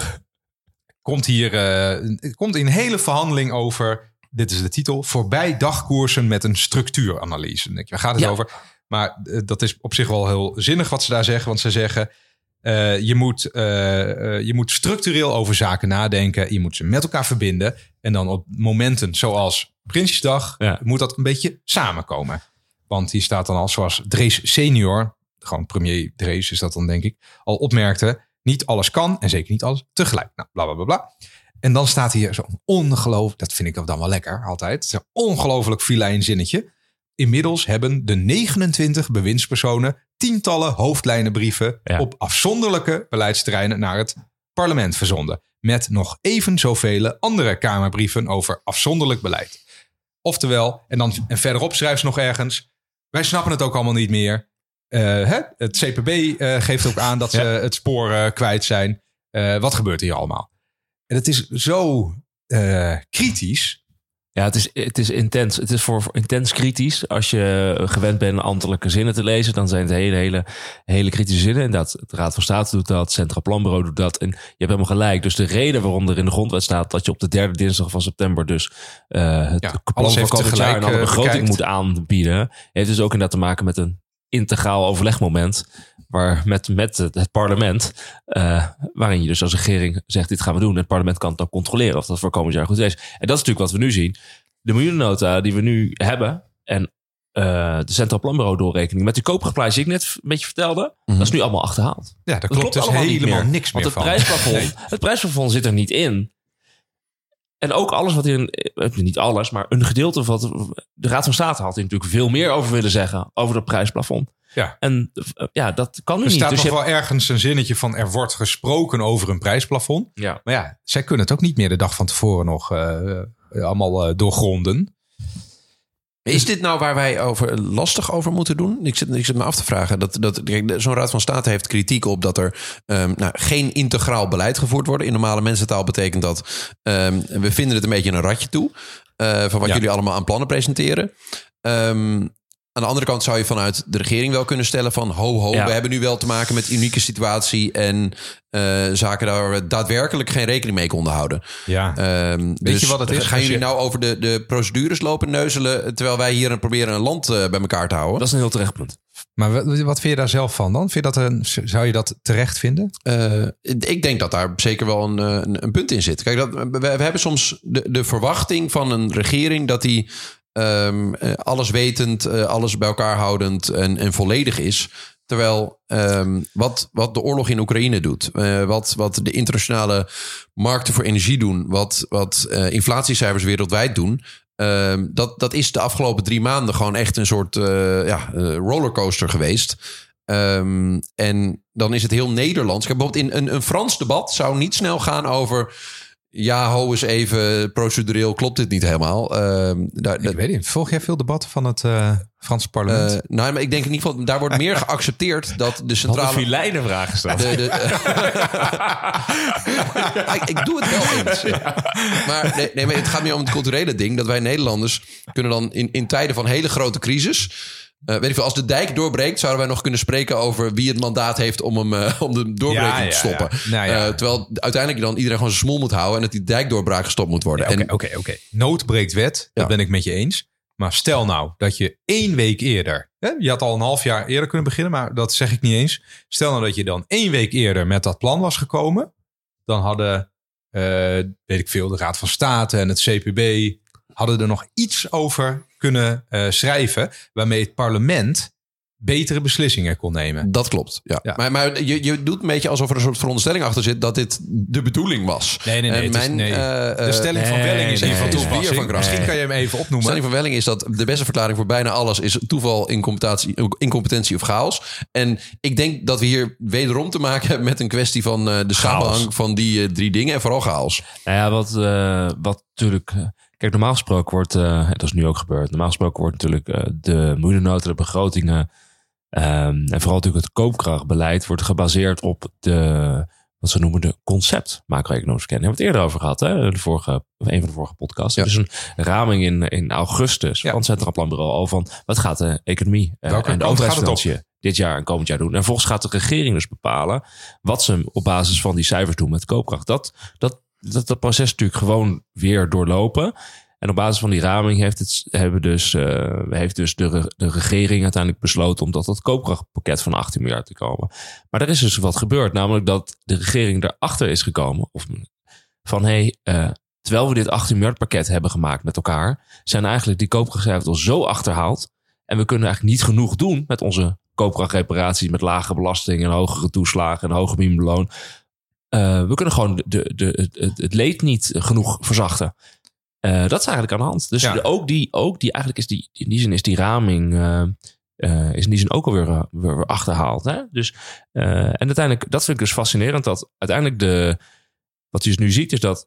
komt hier uh, komt in hele verhandeling over, dit is de titel, voorbij dagkoersen met een structuuranalyse. Waar gaat het ja. over? Maar uh, dat is op zich wel heel zinnig wat ze daar zeggen. Want ze zeggen, uh, je, moet, uh, uh, je moet structureel over zaken nadenken. Je moet ze met elkaar verbinden. En dan op momenten zoals Prinsjesdag ja. moet dat een beetje samenkomen. Want hier staat dan al, zoals Drees senior, gewoon premier Drees is dat dan denk ik, al opmerkte, niet alles kan en zeker niet alles tegelijk. Nou, bla, bla, bla, bla. En dan staat hier zo'n ongelooflijk, dat vind ik dan wel lekker altijd, zo'n ongelooflijk filijn zinnetje. Inmiddels hebben de negenentwintig bewindspersonen tientallen hoofdlijnenbrieven ja. op afzonderlijke beleidsterreinen naar het parlement verzonden. Met nog even zoveel andere kamerbrieven over afzonderlijk beleid. Oftewel, en dan en verderop schrijft ze nog ergens, wij snappen het ook allemaal niet meer. Uh, hè? Het C P B uh, geeft ook aan dat ze ja. het spoor uh, kwijt zijn. Uh, wat gebeurt hier allemaal? En het is zo uh, kritisch. Ja, het is, het is intens. Het is voor, voor intens kritisch. Als je gewend bent ambtelijke zinnen te lezen, dan zijn het hele, hele, hele kritische zinnen. En dat de Raad van State doet dat, het Centraal Planbureau doet dat. En je hebt helemaal gelijk. Dus de reden waarom er in de grondwet staat dat je op de derde dinsdag van september dus uh, het ja, plan van komend jaar en alle begroting bekijkt. moet aanbieden, heeft dus ook inderdaad te maken met een integraal overlegmoment waar met, met het, het parlement, uh, waarin je dus als regering zegt, dit gaan we doen. En het parlement kan het dan controleren of dat voor komend jaar goed is. En dat is natuurlijk wat we nu zien. De miljoenennota die we nu hebben en uh, de Centraal Planbureau doorrekening met die koopkrachtprijs die ik net een beetje vertelde, mm-hmm. dat is nu allemaal achterhaald. Ja, daar klopt, klopt dus helemaal niks meer Want het van. Prijsplafond, nee. Het prijsplafond zit er niet in. En ook alles wat in, niet alles, maar een gedeelte van de Raad van State had er natuurlijk veel meer over willen zeggen over dat prijsplafond. Ja. En ja, dat kan nu niet. Er staat dus nog je... wel ergens een zinnetje van er wordt gesproken over een prijsplafond. Ja. Maar ja, zij kunnen het ook niet meer de dag van tevoren nog uh, allemaal uh, doorgronden. Is dit nou waar wij over lastig over moeten doen? Ik zit, ik zit me af te vragen. Dat, dat, zo'n Raad van State heeft kritiek op dat er um, nou, geen integraal beleid gevoerd wordt. In normale mensentaal betekent dat um, we vinden het een beetje een ratje toe. Uh, van wat ja. jullie allemaal aan plannen presenteren. Um, Aan de andere kant zou je vanuit de regering wel kunnen stellen van ho ho, ja. we hebben nu wel te maken met een unieke situatie en uh, zaken daar we daadwerkelijk geen rekening mee konden houden. Ja. Um, Weet dus je wat het is? Gaan jullie je... nou over de, de procedures lopen neuzelen terwijl wij hier proberen een land uh, bij elkaar te houden? Dat is een heel terecht punt. Maar wat, wat vind je daar zelf van dan? Vind je dat een, zou je dat terecht vinden? Uh, ik denk dat daar zeker wel een, een, een punt in zit. Kijk, dat, we, we hebben soms de, de verwachting van een regering dat die Um, alles wetend, uh, alles bij elkaar houdend en, en volledig is. Terwijl um, wat, wat de oorlog in Oekraïne doet, uh, wat, wat de internationale markten voor energie doen, wat, wat uh, inflatiecijfers wereldwijd doen, uh, dat, dat is de afgelopen drie maanden gewoon echt een soort uh, ja, uh, rollercoaster geweest. Um, en dan is het heel Nederlands. Kijk, bijvoorbeeld in een, een Frans debat zou niet snel gaan over, ja, ho eens even, procedureel klopt dit niet helemaal. Uh, daar, ik weet niet. Volg jij veel debatten van het uh, Franse parlement? Uh, nou, maar ik denk in ieder geval, daar wordt meer geaccepteerd dat de centrale... Wat een filijne vraag gesteld. De, de, ik, ik doe het wel eens. Ja. Maar, nee, nee, maar het gaat meer om het culturele ding. Dat wij Nederlanders kunnen dan in, in tijden van hele grote crisis... Uh, weet ik veel, als de dijk doorbreekt, zouden wij nog kunnen spreken over wie het mandaat heeft om, hem, uh, om de doorbreking ja, ja, te stoppen. Ja. Nou, ja. Uh, terwijl uiteindelijk dan iedereen gewoon zijn smoel moet houden en dat die dijkdoorbraak gestopt moet worden. Oké, ja, oké, oké. Nood breekt wet, dat ja. ben ik met je eens. Maar stel nou dat je één week eerder... Hè, je had al een half jaar eerder kunnen beginnen, maar dat zeg ik niet eens. Stel nou dat je dan één week eerder met dat plan was gekomen. Dan hadden, uh, weet ik veel, de Raad van State en het C P B... hadden er nog iets over kunnen uh, schrijven... waarmee het parlement betere beslissingen kon nemen. Dat klopt, ja. ja. Maar, maar je, je doet een beetje alsof er een soort veronderstelling achter zit... dat dit de bedoeling was. Nee, nee, nee. En mijn, is, nee. Uh, de stelling nee, van Welling is nee, even van nee, toepassing. nee, nee. Misschien kan je hem even opnoemen. De stelling van Welling is dat de beste verklaring voor bijna alles... is toeval, incompetentie, incompetentie of chaos. En ik denk dat we hier wederom te maken hebben... met een kwestie van uh, de samenhang van die uh, drie dingen... en vooral chaos. Nou ja, wat, uh, wat natuurlijk... Uh, Kijk, normaal gesproken wordt, uh, dat is nu ook gebeurd, normaal gesproken wordt natuurlijk uh, de miljoenennota, de begrotingen um, en vooral natuurlijk het koopkrachtbeleid wordt gebaseerd op de, wat ze noemen de concept macro-economische verkenning. Daar hebben we het eerder over gehad, hè? De vorige, of een van de vorige podcasts. Ja. Er is een raming in, in augustus ja. van het Centraal Planbureau al van wat gaat de economie uh, en de overheidsfinanciën dit jaar en komend jaar doen. En volgens gaat de regering dus bepalen wat ze op basis van die cijfers doen met koopkracht. Dat, dat Dat, dat proces natuurlijk gewoon weer doorlopen. En op basis van die raming heeft, het, hebben dus, uh, heeft dus de, de regering uiteindelijk besloten om tot dat koopkrachtpakket van achttien miljard te komen. Maar er is dus wat gebeurd. Namelijk dat de regering erachter is gekomen. Of van hé, hey, uh, terwijl we dit achttien miljard pakket hebben gemaakt met elkaar. Zijn eigenlijk die koopkrachtcijfers al zo achterhaald. En we kunnen eigenlijk niet genoeg doen met onze koopkrachtreparaties. Met lage belasting en hogere toeslagen en hoger minimumloon. Uh, we kunnen gewoon de, de, het, het leed niet genoeg verzachten. Uh, dat is eigenlijk aan de hand. Dus ja. de, ook, die, ook die, eigenlijk is die, in die zin is die raming, uh, uh, is in die zin ook alweer uh, weer, weer achterhaald. Hè? Dus, uh, en uiteindelijk, dat vind ik dus fascinerend, dat uiteindelijk de, wat je dus nu ziet, is dat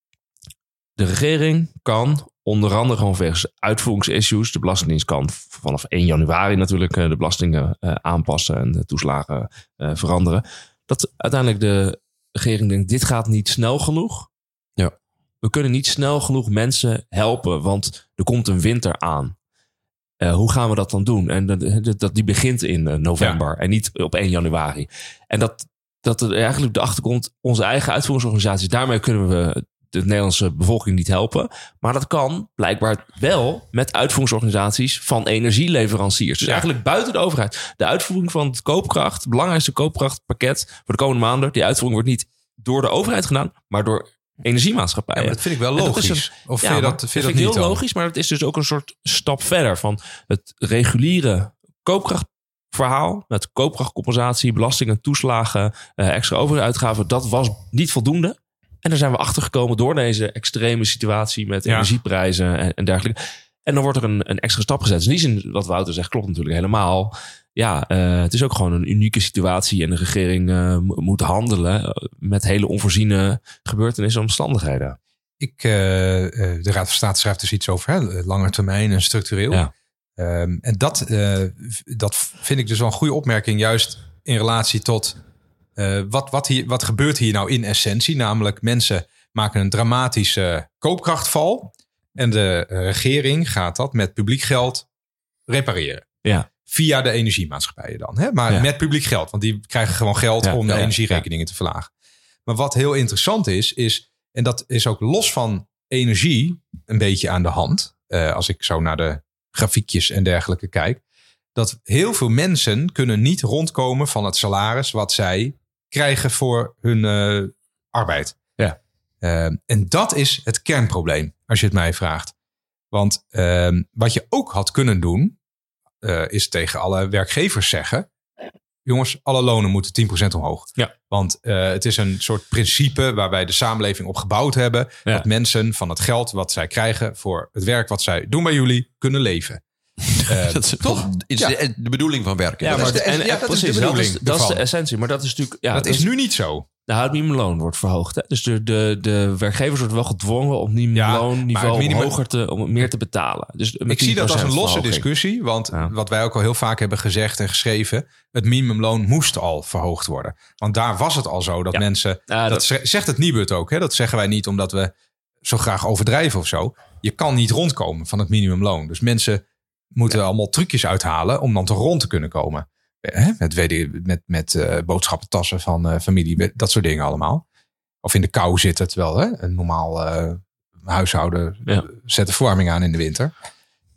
de regering kan onder andere gewoon wegens uitvoeringsissues, de Belastingdienst kan vanaf één januari natuurlijk uh, de belastingen uh, aanpassen en de toeslagen uh, veranderen. Dat uiteindelijk de regering denkt, dit gaat niet snel genoeg. Ja. We kunnen niet snel genoeg mensen helpen, want er komt een winter aan. Uh, hoe gaan we dat dan doen? En dat, dat, die begint in uh, november ja. en niet op één januari. En dat, dat er eigenlijk de achtergrond, onze eigen uitvoeringsorganisaties, daarmee kunnen we de Nederlandse bevolking niet helpen. Maar dat kan blijkbaar wel met uitvoeringsorganisaties van energieleveranciers. Dus ja. eigenlijk buiten de overheid. De uitvoering van het koopkracht, het belangrijkste koopkrachtpakket voor de komende maanden, die uitvoering wordt niet door de overheid gedaan, maar door energiemaatschappijen. Ja, dat vind ik wel logisch. Een, of ja, vind je dat, dat vind vind dat ik niet heel dan? logisch, maar het is dus ook een soort stap verder van het reguliere koopkrachtverhaal met koopkrachtcompensatie, belastingen, toeslagen, uh, extra overheidsuitgaven. Dat was niet voldoende. En daar zijn we achter gekomen door deze extreme situatie met ja. energieprijzen en, en dergelijke. En dan wordt er een, een extra stap gezet. Dus in die zin, wat Wouter zegt, klopt natuurlijk helemaal. Ja, uh, het is ook gewoon een unieke situatie. En de regering uh, moet handelen met hele onvoorziene gebeurtenissen en omstandigheden. Ik, uh, de Raad van State schrijft dus iets over hè, lange termijn en structureel. Ja. Um, en dat, uh, dat vind ik dus wel een goede opmerking. Juist in relatie tot uh, wat, wat, hier, wat gebeurt hier nou in essentie. Namelijk mensen maken een dramatische koopkrachtval. En de regering gaat dat met publiek geld repareren. Ja. Via de energiemaatschappijen dan. Hè? Maar ja. met publiek geld. Want die krijgen gewoon geld ja, om de ja, energierekeningen ja. te verlagen. Maar wat heel interessant is, is... en dat is ook los van energie een beetje aan de hand. Uh, als ik zo naar de grafiekjes en dergelijke kijk. Dat heel veel mensen kunnen niet rondkomen van het salaris wat zij krijgen voor hun uh, arbeid. Ja. Uh, en dat is het kernprobleem, als je het mij vraagt. Want uh, wat je ook had kunnen doen, uh, is tegen alle werkgevers zeggen: jongens, alle lonen moeten tien procent omhoog. Ja. Want uh, het is een soort principe waar wij de samenleving op gebouwd hebben. Ja. Dat mensen van het geld wat zij krijgen voor het werk wat zij doen bij jullie kunnen leven. Uh, dat is toch is ja. de, de bedoeling van werken. Ja, dat maar is de, en, ja, dat precies, is de bedoeling. Dat is, dat is de essentie. Maar dat is natuurlijk. Ja, dat, dat is nu niet zo. Nou, het minimumloon wordt verhoogd. Hè? Dus de, de, de werkgevers worden wel gedwongen om minimumloonniveau ja, minimum... hoger te, om meer te betalen. Dus ik zie dat als een losse verhoging. discussie. Want ja. wat wij ook al heel vaak hebben gezegd en geschreven, het minimumloon moest al verhoogd worden. Want daar was het al zo dat ja. mensen... Ja, dat, dat zegt het Nibud ook. Hè? Dat zeggen wij niet omdat we zo graag overdrijven of zo. Je kan niet rondkomen van het minimumloon. Dus mensen moeten ja. allemaal trucjes uithalen om dan te rond te kunnen komen. Met, met, met uh, boodschappentassen van uh, familie, dat soort dingen allemaal. Of in de kou zitten, terwijl hè, een normaal uh, huishouden ja. zet de verwarming aan in de winter.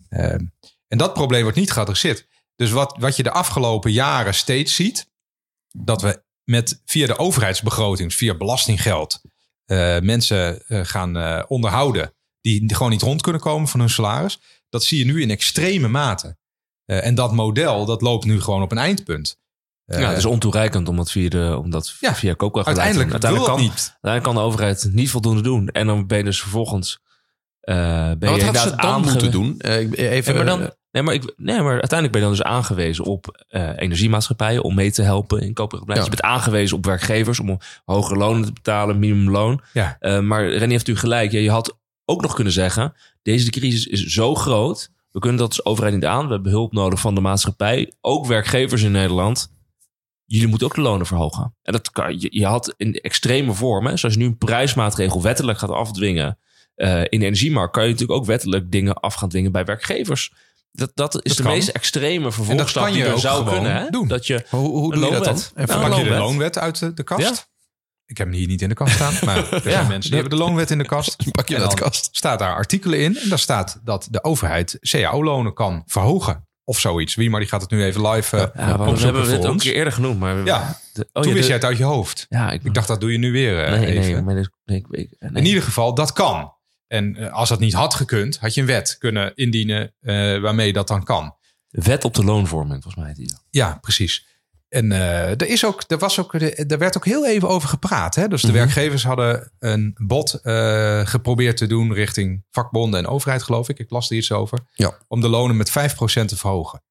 Uh, en dat probleem wordt niet geadresseerd. Dus wat, wat je de afgelopen jaren steeds ziet, dat we met via de overheidsbegroting, via belastinggeld, uh, mensen uh, gaan uh, onderhouden die, die gewoon niet rond kunnen komen van hun salaris. Dat zie je nu in extreme mate. Uh, en dat model, dat loopt nu gewoon op een eindpunt. Uh, ja, het is ontoereikend om dat via, de, om dat ja, via koopkrachtbeleid uiteindelijk, uiteindelijk kan, niet. Uiteindelijk kan de overheid niet voldoende doen. En dan ben je dus vervolgens Uh, ben maar wat je had ze dan aange... moeten doen? Uh, even, nee, maar dan, nee, maar ik, nee, maar uiteindelijk ben je dan dus aangewezen op uh, energiemaatschappijen om mee te helpen in koopkrachtbeleid. Ja. Je bent aangewezen op werkgevers om hogere lonen te betalen, minimumloon. Ja. Uh, maar Rennie heeft natuurlijk gelijk. Ja, je had ook nog kunnen zeggen, deze crisis is zo groot. We kunnen dat als overheid niet aan. We hebben hulp nodig van de maatschappij. Ook werkgevers in Nederland. Jullie moeten ook de lonen verhogen. En dat kan, je, je had in extreme vormen, zoals je nu een prijsmaatregel wettelijk gaat afdwingen. Uh, in de energiemarkt kan je natuurlijk ook wettelijk dingen af gaan dwingen bij werkgers. Dat, dat is dat de kan. meest extreme vervolgstap die er zou kunnen. Hè? Doen. Dat je hoe hoe doe je dat dan? Even nou, pak je de loonwet uit de, de kast. Ja. Ik heb hem hier niet in de kast staan. Maar er zijn ja, mensen die hebben de loonwet in de kast. Pak je uit de kast. Staat daar artikelen in. En daar staat dat de overheid C A O-lonen kan verhogen. Of zoiets. Wie, maar die gaat het nu even live uh, ja, ja, we hebben dit ook een keer eerder genoemd. Maar ja, de, oh, toen ja, wist jij het uit je hoofd. Ja, ik, ik dacht, dat doe je nu weer uh, nee, even. Nee, maar dit, nee, ik, nee. In ieder geval, dat kan. En uh, als dat niet had gekund, had je een wet kunnen indienen uh, waarmee dat dan kan. Wet op de loonvorming, volgens mij. Die. Ja, precies. En uh, er, is ook, er, was ook, er werd ook heel even over gepraat. Hè? Dus de mm-hmm. werkgevers hadden een bod uh, geprobeerd te doen richting vakbonden en overheid, geloof ik. Ik las er iets over. Ja. Om de lonen met vijf procent te verhogen.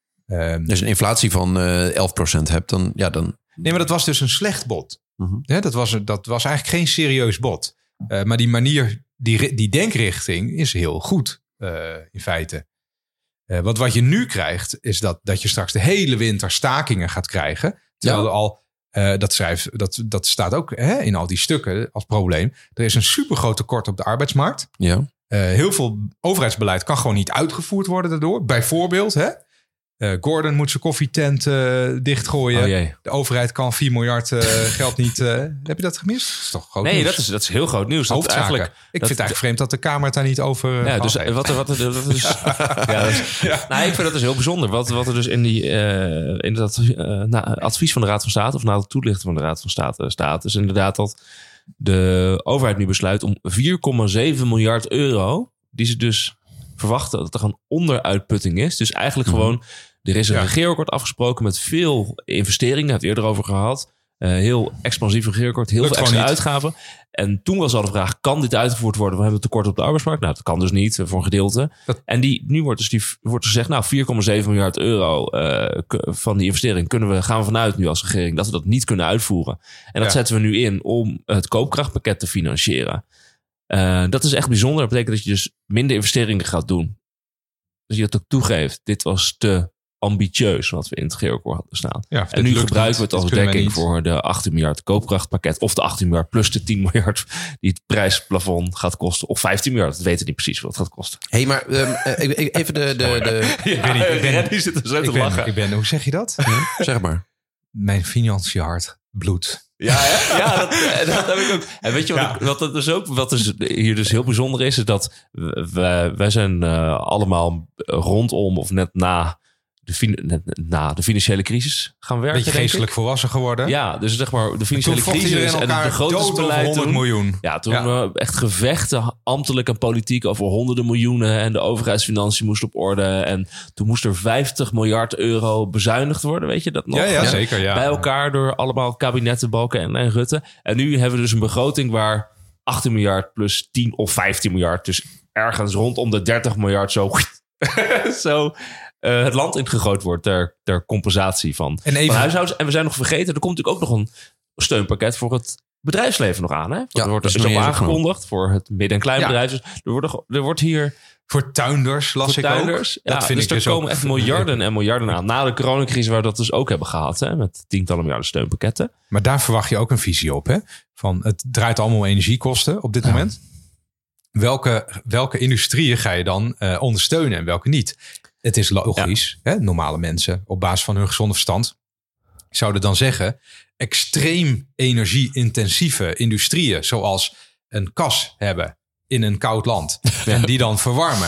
Um, dus een inflatie van uh, elf procent hebt, dan, ja, dan... Nee, maar dat was dus een slecht bod. Mm-hmm. Ja, dat, was, dat was eigenlijk geen serieus bod. Uh, maar die manier, die, die denkrichting is heel goed uh, in feite. Uh, want wat je nu krijgt, is dat, dat je straks de hele winter stakingen gaat krijgen. Terwijl ja. er al, uh, dat, schrijft, dat, dat staat ook hè, in al die stukken als probleem. Er is een supergroot tekort op de arbeidsmarkt. Ja. Uh, heel veel overheidsbeleid kan gewoon niet uitgevoerd worden daardoor. Bijvoorbeeld, hè, uh, Gordon moet zijn koffietent uh, dichtgooien. Oh, de overheid kan vier miljard uh, geld niet... Uh, heb je dat gemist? Dat is toch groot nee, nieuws? dat is, dat is heel groot nieuws. Dat eigenlijk, ik dat, vind het eigenlijk vreemd dat de Kamer het daar niet over... Ja, dus wat er... Wat er dat is, ja, dat is, ja. Nou, ik vind dat dus heel bijzonder. Wat, wat er dus in, die, uh, in dat uh, na, advies van de Raad van State... of na het toelichten van de Raad van State staat... is inderdaad dat de overheid nu besluit om vier komma zeven miljard euro... die ze dus verwachten dat er een onderuitputting is. Dus eigenlijk mm-hmm. gewoon... Er is een ja. regeerakkoord afgesproken met veel investeringen. Daar hebben we het eerder over gehad. Uh, heel expansief regeerakkoord, heel Lukt veel extra uitgaven. En toen was al de vraag, kan dit uitgevoerd worden? We hebben tekort op de arbeidsmarkt. Nou, dat kan dus niet, voor een gedeelte. Dat... En die, nu wordt dus die, wordt gezegd, nou, vier komma zeven miljard euro uh, van die investering kunnen we, gaan we vanuit nu als regering dat we dat niet kunnen uitvoeren. En dat ja. zetten we nu in om het koopkrachtpakket te financieren. Uh, dat is echt bijzonder. Dat betekent dat je dus minder investeringen gaat doen. Dus je het ook toegeeft. Dit was te ambitieus wat we in het regeerakkoord hadden staan. Ja, en nu gebruiken we het als dekking voor de achttien miljard koopkrachtpakket. Of de achttien miljard plus de tien miljard die het prijsplafond gaat kosten. Of vijftien miljard. Dat weten we niet precies wat het gaat kosten. Hé, hey, maar um, even de... de, de... ja, ik ben niet, ik ben, die zit er zo te ik ben, lachen. Ik ben, hoe zeg je dat? Ja, zeg maar. Mijn financiën hart bloedt. Ja, hè? ja dat, dat heb ik ook. En weet je wat, ja. ik, wat, het dus ook, wat dus hier dus heel bijzonder is, is dat wij, wij zijn uh, allemaal rondom of net na de, net na de financiële crisis gaan werken. Beetje geestelijk volwassen geworden. Ja, dus zeg maar de financiële crisis en de grote beleid honderd miljoen. Ja, toen ja. we echt gevechten, ambtelijk en politiek, over honderden miljoenen en de overheidsfinanciën moest op orde. En toen moest er vijftig miljard euro bezuinigd worden, weet je dat nog? Ja, ja, ja. zeker. Ja. Bij elkaar door allemaal kabinetten, Balken en, en Rutte. En nu hebben we dus een begroting waar achttien miljard plus tien of vijftien miljard, dus ergens rondom de dertig miljard zo, zo uh, het land ingegooid wordt ter, ter compensatie van, en even, van huishoudens. En we zijn nog vergeten, er komt natuurlijk ook nog een steunpakket voor het bedrijfsleven nog aan. Hè? Ja, er wordt dus ook aangekondigd voor het midden- en kleinbedrijf. Ja. Dus er, wordt, er wordt hier... Voor tuinders las voor ik tuinders, ook. Dat ja, vind dus ik er dus komen ook... echt miljarden en miljarden aan. Na de coronacrisis waar we dat dus ook hebben gehad. Hè, met tientallen miljarden steunpakketten. Maar daar verwacht je ook een visie op. Hè? Van het draait allemaal om energiekosten op dit ja. moment. Welke, welke industrieën ga je dan uh, ondersteunen en welke niet? Het is logisch. Ja. Hè? Normale mensen op basis van hun gezonde verstand zouden dan zeggen... extreem energie-intensieve industrieën zoals een kas hebben in een koud land. Ja. En die dan verwarmen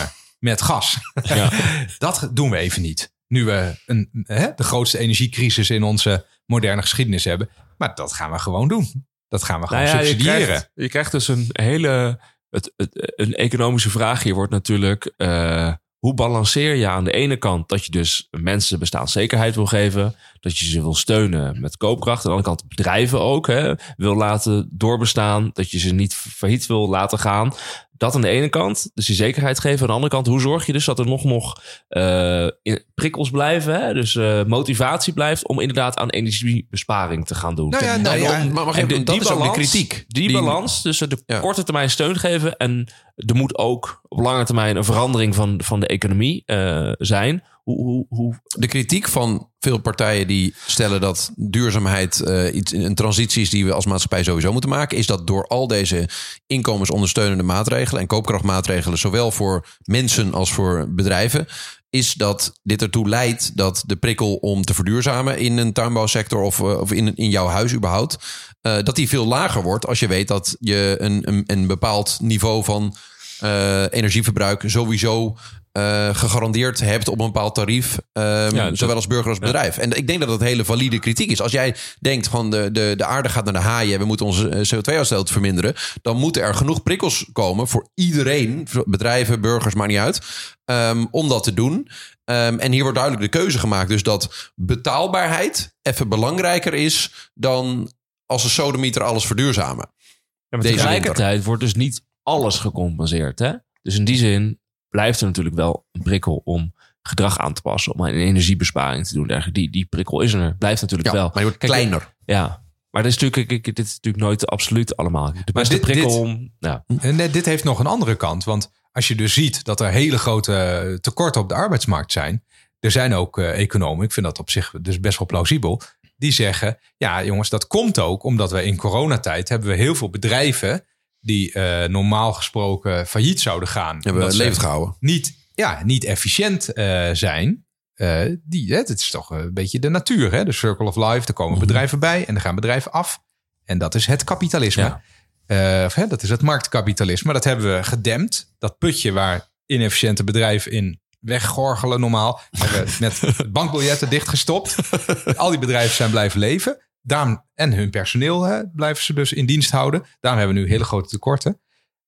met gas. Ja. Dat doen we even niet. Nu we een, hè, de grootste energiecrisis in onze moderne geschiedenis hebben. Maar dat gaan we gewoon doen. Dat gaan we gewoon Nou ja, subsidiëren. Je krijgt, je krijgt dus een hele... Het, het, een economische vraag hier wordt natuurlijk... Uh, hoe balanceer je aan de ene kant dat je dus mensen bestaanszekerheid wil geven, dat je ze wil steunen met koopkracht. Aan de andere kant bedrijven ook hè, wil laten doorbestaan, dat je ze niet failliet wil laten gaan. Dat aan de ene kant, dus die zekerheid geven. Aan de andere kant, hoe zorg je dus dat er nog, nog uh, prikkels blijven, hè? Dus uh, motivatie blijft om inderdaad aan energiebesparing te gaan doen. Nou ja, nou ja, maar mag je, de, dat die is balans, ook de kritiek. Die, die balans tussen de ja. korte termijn steun geven en er moet ook op lange termijn een verandering van, van de economie uh, zijn. Hoe, hoe, hoe... De kritiek van veel partijen die stellen dat duurzaamheid uh, iets, een transitie is die we als maatschappij sowieso moeten maken, is dat door al deze inkomensondersteunende maatregelen en koopkrachtmaatregelen, zowel voor mensen als voor bedrijven, is dat dit ertoe leidt dat de prikkel om te verduurzamen in een tuinbouwsector of, of in, in jouw huis überhaupt, uh, dat die veel lager wordt als je weet dat je een, een, een bepaald niveau van uh, energieverbruik sowieso Uh, gegarandeerd hebt op een bepaald tarief. Um, ja, zowel als burger als bedrijf. Ja. En ik denk dat dat hele valide kritiek is. Als jij denkt van de, de, de aarde gaat naar de haaien, we moeten onze C O twee uitstoot verminderen, dan moeten er genoeg prikkels komen voor iedereen, voor bedrijven, burgers, maakt niet uit, um, om dat te doen. Um, en hier wordt duidelijk de keuze gemaakt. Dus dat betaalbaarheid even belangrijker is dan als een sodemieter alles verduurzamen. Ja, maar tegelijkertijd wordt dus niet alles gecompenseerd. Hè? Dus in die zin blijft er natuurlijk wel een prikkel om gedrag aan te passen, om een energiebesparing te doen. Die, die prikkel is er, blijft natuurlijk ja, wel. Maar die wordt kleiner. Kijk, ja, maar dit is natuurlijk, dit is natuurlijk nooit absoluut allemaal. De beste dit, prikkel dit, om... Ja. En dit heeft nog een andere kant, want als je dus ziet dat er hele grote tekorten op de arbeidsmarkt zijn, er zijn ook uh, economen, ik vind dat op zich dus best wel plausibel, die zeggen, ja jongens, dat komt ook omdat we in coronatijd hebben we heel veel bedrijven die uh, normaal gesproken failliet zouden gaan. Hebben we levend gehouden. Niet, ja, niet efficiënt uh, zijn. Uh, die, hè, het is toch een beetje de natuur. Hè? De circle of life. Er komen mm-hmm. bedrijven bij en er gaan bedrijven af. En dat is het kapitalisme. Ja. Uh, of, hè, dat is het marktkapitalisme. Dat hebben we gedempt. Dat putje waar inefficiënte bedrijven in weggorgelen normaal. Hebben we met bankbiljetten dichtgestopt. Al die bedrijven zijn blijven leven. Daarom, en hun personeel hè, blijven ze dus in dienst houden. Daarom hebben we nu hele grote tekorten.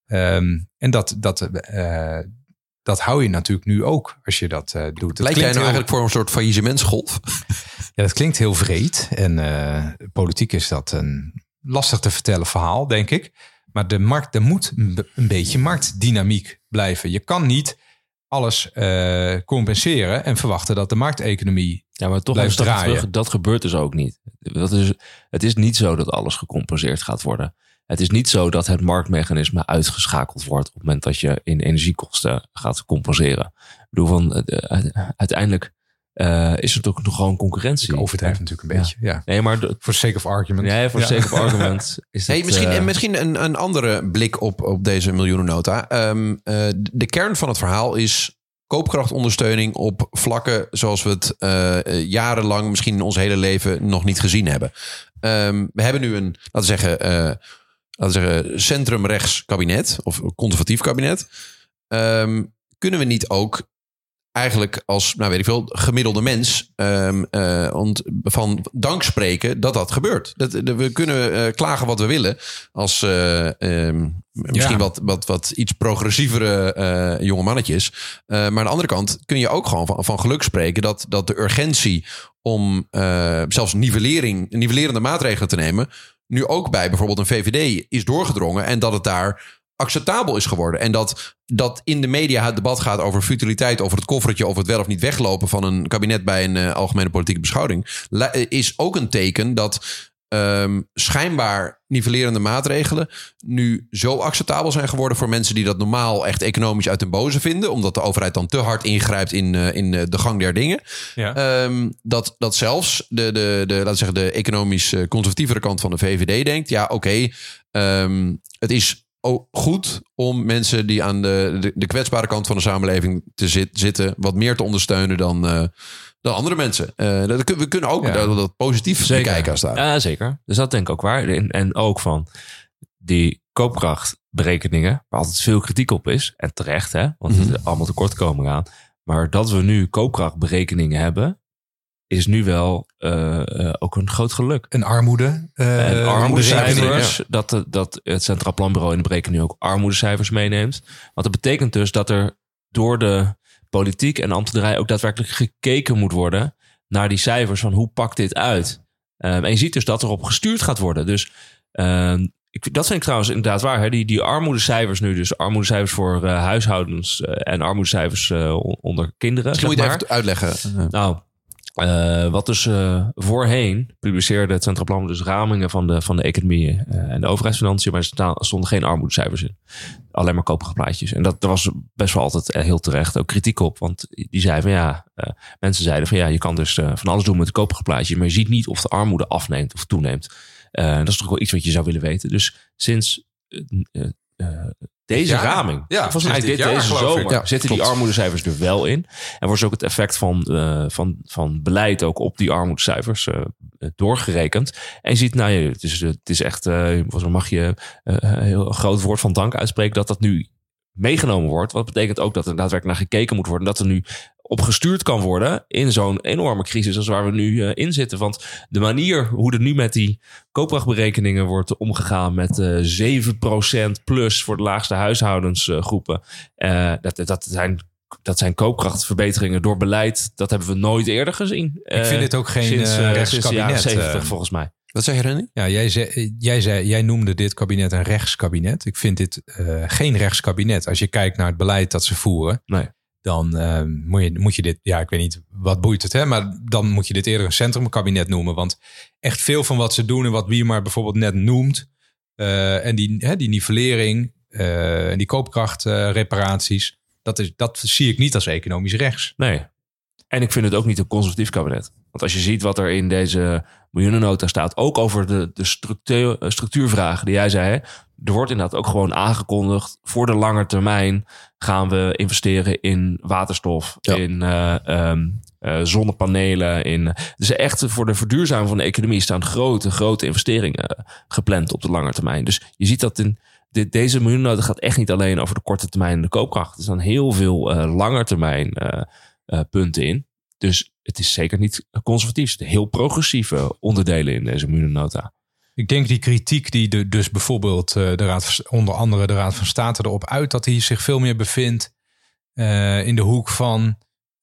Um, en dat, dat, uh, dat hou je natuurlijk nu ook als je dat uh, doet. Lijkt jij nou heel... eigenlijk voor een soort faillissementsgolf? Ja, dat klinkt heel vreed. En uh, politiek is dat een lastig te vertellen verhaal, denk ik. Maar de markt, er moet een beetje marktdynamiek blijven. Je kan niet alles uh, compenseren en verwachten dat de markteconomie ja, maar toch blijft draaien. Terug, dat gebeurt dus ook niet. Dat is, het is niet zo dat alles gecompenseerd gaat worden. Het is niet zo dat het marktmechanisme uitgeschakeld wordt op het moment dat je in energiekosten gaat compenseren. Ik bedoel, van, uh, uiteindelijk uh, is er toch nog gewoon concurrentie. Ik overdrijf natuurlijk een beetje. Ja. Ja. Nee, maar for sake of argument. Nee, for ja. sake of argument. Is hey, het, misschien uh, misschien een, een andere blik op, op deze miljoenennota. Um, uh, de kern van het verhaal is koopkrachtondersteuning op vlakken zoals we het uh, jarenlang, misschien in ons hele leven, nog niet gezien hebben. Um, we hebben nu een, laten we zeggen, uh, laten we zeggen centrumrechts kabinet of conservatief kabinet. Um, kunnen we niet ook eigenlijk als, nou weet ik veel, gemiddelde mens um, uh, ont, van dank spreken dat dat gebeurt. Dat, dat we kunnen uh, klagen wat we willen als uh, um, misschien ja. wat, wat, wat iets progressievere uh, jonge mannetjes. Uh, maar aan de andere kant kun je ook gewoon van, van geluk spreken dat, dat de urgentie om uh, zelfs nivellering, nivellerende maatregelen te nemen nu ook bij bijvoorbeeld een V V D is doorgedrongen en dat het daar acceptabel is geworden. En dat, dat in de media het debat gaat over futiliteit, over het koffertje, of het wel of niet weglopen van een kabinet bij een uh, algemene politieke beschouwing, is ook een teken dat um, schijnbaar nivellerende maatregelen nu zo acceptabel zijn geworden voor mensen die dat normaal echt economisch uit den boze vinden, omdat de overheid dan te hard ingrijpt in, uh, in uh, de gang der dingen. Ja. Um, dat, dat zelfs de, de, de, laten we zeggen, de economisch uh, conservatievere kant van de V V D denkt, ja oké, okay, um, het is ook goed om mensen die aan de, de, de kwetsbare kant van de samenleving te zit, zitten wat meer te ondersteunen dan, uh, dan andere mensen. Uh, dat, we kunnen ook ja. dat, dat positief bekijken als daar. Ja, zeker. Dus dat denk ik ook waar. En, en ook van die koopkracht koopkrachtberekeningen, waar altijd veel kritiek op is. En terecht, hè, want Mm-hmm. het allemaal tekortkomen gaan. Maar dat we nu koopkrachtberekeningen hebben, is nu wel uh, uh, ook een groot geluk. Een armoede. Uh, En armoedecijfers, ja. dat, dat het Centraal Planbureau in de berekening ook armoedecijfers meeneemt. Want dat betekent dus dat er door de politiek en ambtenarij ook daadwerkelijk gekeken moet worden naar die cijfers van hoe pakt dit uit. Um, en je ziet dus dat erop gestuurd gaat worden. Dus um, ik, dat vind ik trouwens inderdaad waar. Hè? Die, die armoedecijfers nu, dus armoedecijfers voor uh, huishoudens uh, en armoedecijfers uh, onder kinderen. Misschien moet zeg je maar. even uitleggen. Uh, Nou, uh, wat dus uh, voorheen publiceerde het Centraal Planbureau dus ramingen van de, van de economie uh, en de overheidsfinanciën, maar er staan- er stonden geen armoedecijfers in. Alleen maar koopkrachtplaatjes. En dat, daar was best wel altijd uh, heel terecht ook kritiek op. Want die zeiden van ja, uh, mensen zeiden van ja, je kan dus uh, van alles doen met een koopkrachtplaatje, maar je ziet niet of de armoede afneemt of toeneemt. Uh, dat is toch wel iets wat je zou willen weten. Dus sinds uh, uh, uh, deze Ja, raming, ja, volgens sinds mij dit dit, jaar, deze geloof ik. zomer, Ja, zitten die klopt. armoedecijfers er wel in. En wordt ook het effect van, uh, van, van beleid ook op die armoedecijfers uh, doorgerekend. En je ziet, nou ja, het is, het is echt, uh, mag je uh, een heel groot woord van dank uitspreken dat dat nu meegenomen wordt. Wat betekent ook dat er daadwerkelijk naar gekeken moet worden. Dat er nu op gestuurd kan worden in zo'n enorme crisis als waar we nu uh, in zitten. Want de manier hoe er nu met die koopkrachtberekeningen wordt omgegaan met uh, zeven procent plus voor de laagste huishoudensgroepen. Uh, dat, dat, zijn, dat zijn koopkrachtverbeteringen door beleid. Dat hebben we nooit eerder gezien. Ik vind dit ook geen sinds, uh, uh, rechtskabinet. sinds de jaren zeventig uh, volgens mij. wat zeg je, Randy? Ja, jij, zei, jij, zei, jij noemde dit kabinet een rechtskabinet. Ik vind dit uh, geen rechtskabinet. Als je kijkt naar het beleid dat ze voeren, Nee. dan uh, moet, je, moet je dit, ja, ik weet niet wat boeit het, hè, maar dan moet je dit eerder een centrumkabinet noemen. Want echt veel van wat ze doen en wat Wiermar bijvoorbeeld net noemt, uh, en die, hè, die nivellering uh, en die koopkrachtreparaties, uh, dat, is, dat zie ik niet als economisch rechts. Nee. En ik vind het ook niet een conservatief kabinet. Want als je ziet wat er in deze miljoenennota staat, ook over de, de structuur, structuurvragen die jij zei, hè, er wordt inderdaad ook gewoon aangekondigd, voor de lange termijn gaan we investeren in waterstof, Ja. in uh, um, uh, zonnepanelen. In, dus echt voor de verduurzaming van de economie staan grote, grote investeringen uh, gepland op de lange termijn. Dus je ziet dat in de, deze miljoenennota gaat echt niet alleen over de korte termijn en de koopkracht. Er staan heel veel uh, langetermijn uh, uh, punten in. Dus het is zeker niet conservatief. Het zijn heel progressieve onderdelen in deze miljoenennota. Ik denk die kritiek die de, dus bijvoorbeeld uh, de Raad, onder andere de Raad van State erop uit, dat hij zich veel meer bevindt uh, in de hoek van uh,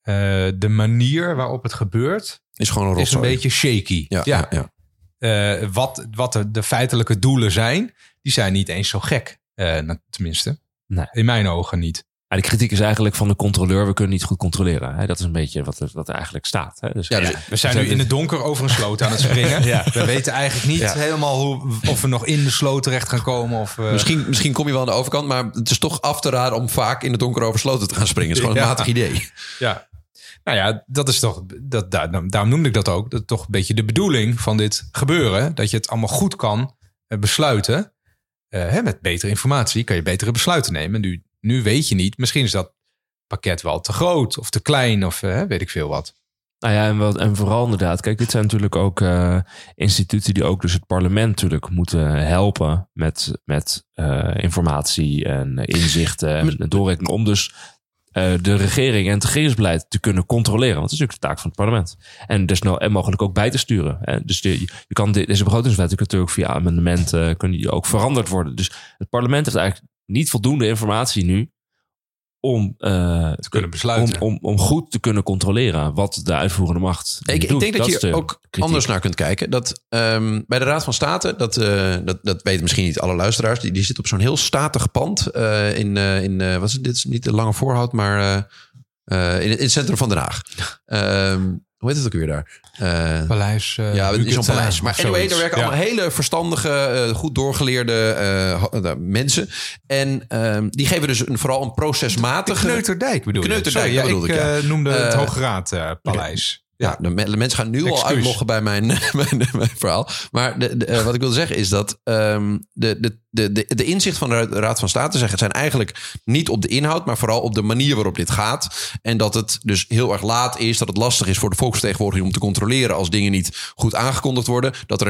de manier waarop het gebeurt, Is gewoon een is een rotzooi. beetje shaky. Ja, ja. ja. Uh, wat wat de, de feitelijke doelen zijn, die zijn niet eens zo gek. Uh, nou, tenminste, Nee. in mijn ogen niet. Ja, de kritiek is eigenlijk van de controleur, we kunnen niet goed controleren. Hè? Dat is een beetje wat er, wat er eigenlijk staat. Hè? Dus, Ja, dus- Ja, we zijn nu in het donker over een sloot aan het springen. Ja. We weten eigenlijk niet Ja. helemaal hoe, of we nog in de sloot terecht gaan komen. Of, uh, Misschien, misschien kom je wel aan de overkant, maar het is toch af te raden om vaak in het donker over sloten te gaan springen. Het is gewoon een Ja. matig idee. Ja, nou ja, dat is toch, dat, daar, daarom noemde ik dat ook. Dat is toch een beetje de bedoeling van dit gebeuren. Dat je het allemaal goed kan uh, besluiten. Uh, hè, met betere informatie kan je betere besluiten nemen. Nu, nu weet je niet, misschien is dat pakket wel te groot of te klein of uh, weet ik veel wat. Nou ja, en, wat, en vooral inderdaad, kijk, dit zijn natuurlijk ook uh, instituten die ook dus het parlement natuurlijk moeten helpen met, met uh, informatie en inzichten en doorrekening om dus uh, de regering en het regeringsbeleid te kunnen controleren. Want dat is natuurlijk de taak van het parlement. En dus nou, en mogelijk ook bij te sturen. En dus de, je kan de, deze begrotingswet natuurlijk via amendementen uh, kunnen die ook veranderd worden. Dus het parlement heeft eigenlijk niet voldoende informatie nu om uh, Te kunnen besluiten. Om, om, om goed te kunnen controleren wat de uitvoerende macht Ik, ik doet. denk dat, is je de ook kritiek. anders naar kunt kijken. Dat um, bij de Raad van State, dat, uh, dat, dat weten misschien niet alle luisteraars, die, die zit op zo'n heel statig pand uh, in, uh, in uh, wat is het? Dit is niet de Lange Voorhout, maar uh, uh, in, in het centrum van Den Haag. Um, hoe heet het ook weer daar? Uh, Paleis. Uh, ja, het is zo'n paleis. Maar anyway, zoiets. daar werken Ja. allemaal hele verstandige, uh, goed doorgeleerde uh, uh, mensen. En um, die geven dus een, vooral een procesmatige... Kneuterdijk bedoel je? Kneuterdijk, Sorry, dat ja, bedoelde ik ik, ja. uh, noemde het Uh, Hoge Raad uh, Paleis. Ja, de, me- de mensen gaan nu al Excuus. uitloggen bij mijn, mijn, mijn verhaal. Maar de, de, uh, wat ik wilde zeggen is dat um, de, de, de, de, de inzicht van de Raad van State zeggen, zijn eigenlijk niet op de inhoud, maar vooral op de manier waarop dit gaat. En dat het dus heel erg laat is, dat het lastig is voor de volksvertegenwoordiging om te controleren als dingen niet goed aangekondigd worden. Dat er een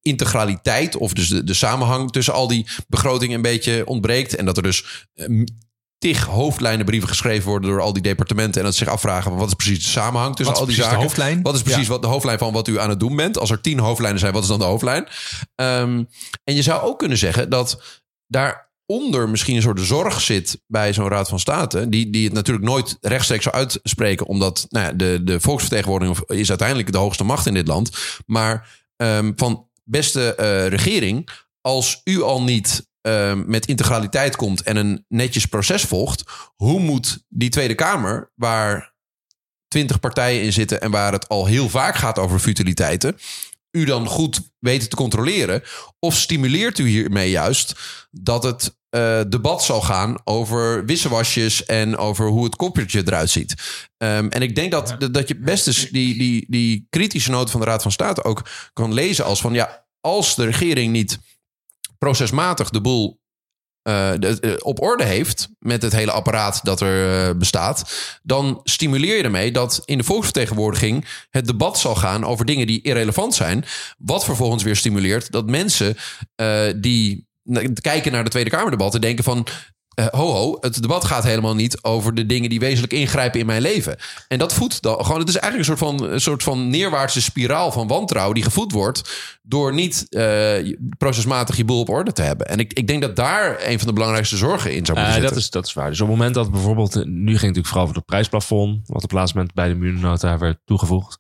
integraliteit of dus de, de samenhang tussen al die begrotingen een beetje ontbreekt. En dat er dus um, tig hoofdlijnenbrieven geschreven worden door al die departementen. En dat ze zich afvragen, wat is precies de samenhang tussen al die zaken? De hoofdlijn? Wat is precies ja. wat de hoofdlijn van wat u aan het doen bent? Als er tien hoofdlijnen zijn, wat is dan de hoofdlijn? Um, en je zou ook kunnen zeggen dat daaronder misschien een soort zorg zit bij zo'n Raad van State, die, die het natuurlijk nooit rechtstreeks zou uitspreken, omdat nou ja, de, de volksvertegenwoordiging is uiteindelijk de hoogste macht in dit land. Maar um, van beste uh, regering, als u al niet Uh, met integraliteit komt en een netjes proces volgt, hoe moet die Tweede Kamer, waar twintig partijen in zitten en waar het al heel vaak gaat over futiliteiten, u dan goed weten te controleren? Of stimuleert u hiermee juist dat het uh, debat zal gaan over wissewasjes en over hoe het koppertje eruit ziet? Um, en ik denk dat, dat je best eens die, die, die kritische noten van de Raad van State ook kan lezen als van ja, als de regering niet procesmatig de boel uh, de, uh, op orde heeft met het hele apparaat dat er uh, bestaat, dan stimuleer je ermee dat in de volksvertegenwoordiging het debat zal gaan over dingen die irrelevant zijn, wat vervolgens weer stimuleert dat mensen uh, die kijken naar de Tweede Kamerdebatten denken van Uh, ho, ho, het debat gaat helemaal niet over de dingen die wezenlijk ingrijpen in mijn leven. En dat voedt dan gewoon. Het is eigenlijk een soort van, een soort van neerwaartse spiraal van wantrouwen die gevoed wordt door niet uh, procesmatig je boel op orde te hebben. En ik, ik denk dat daar een van de belangrijkste zorgen in zou moeten uh, zitten. Dat is, dat is waar. Dus op het moment dat bijvoorbeeld, nu ging het natuurlijk vooral over het prijsplafond, wat op het laatste moment bij de Milieunota werd toegevoegd.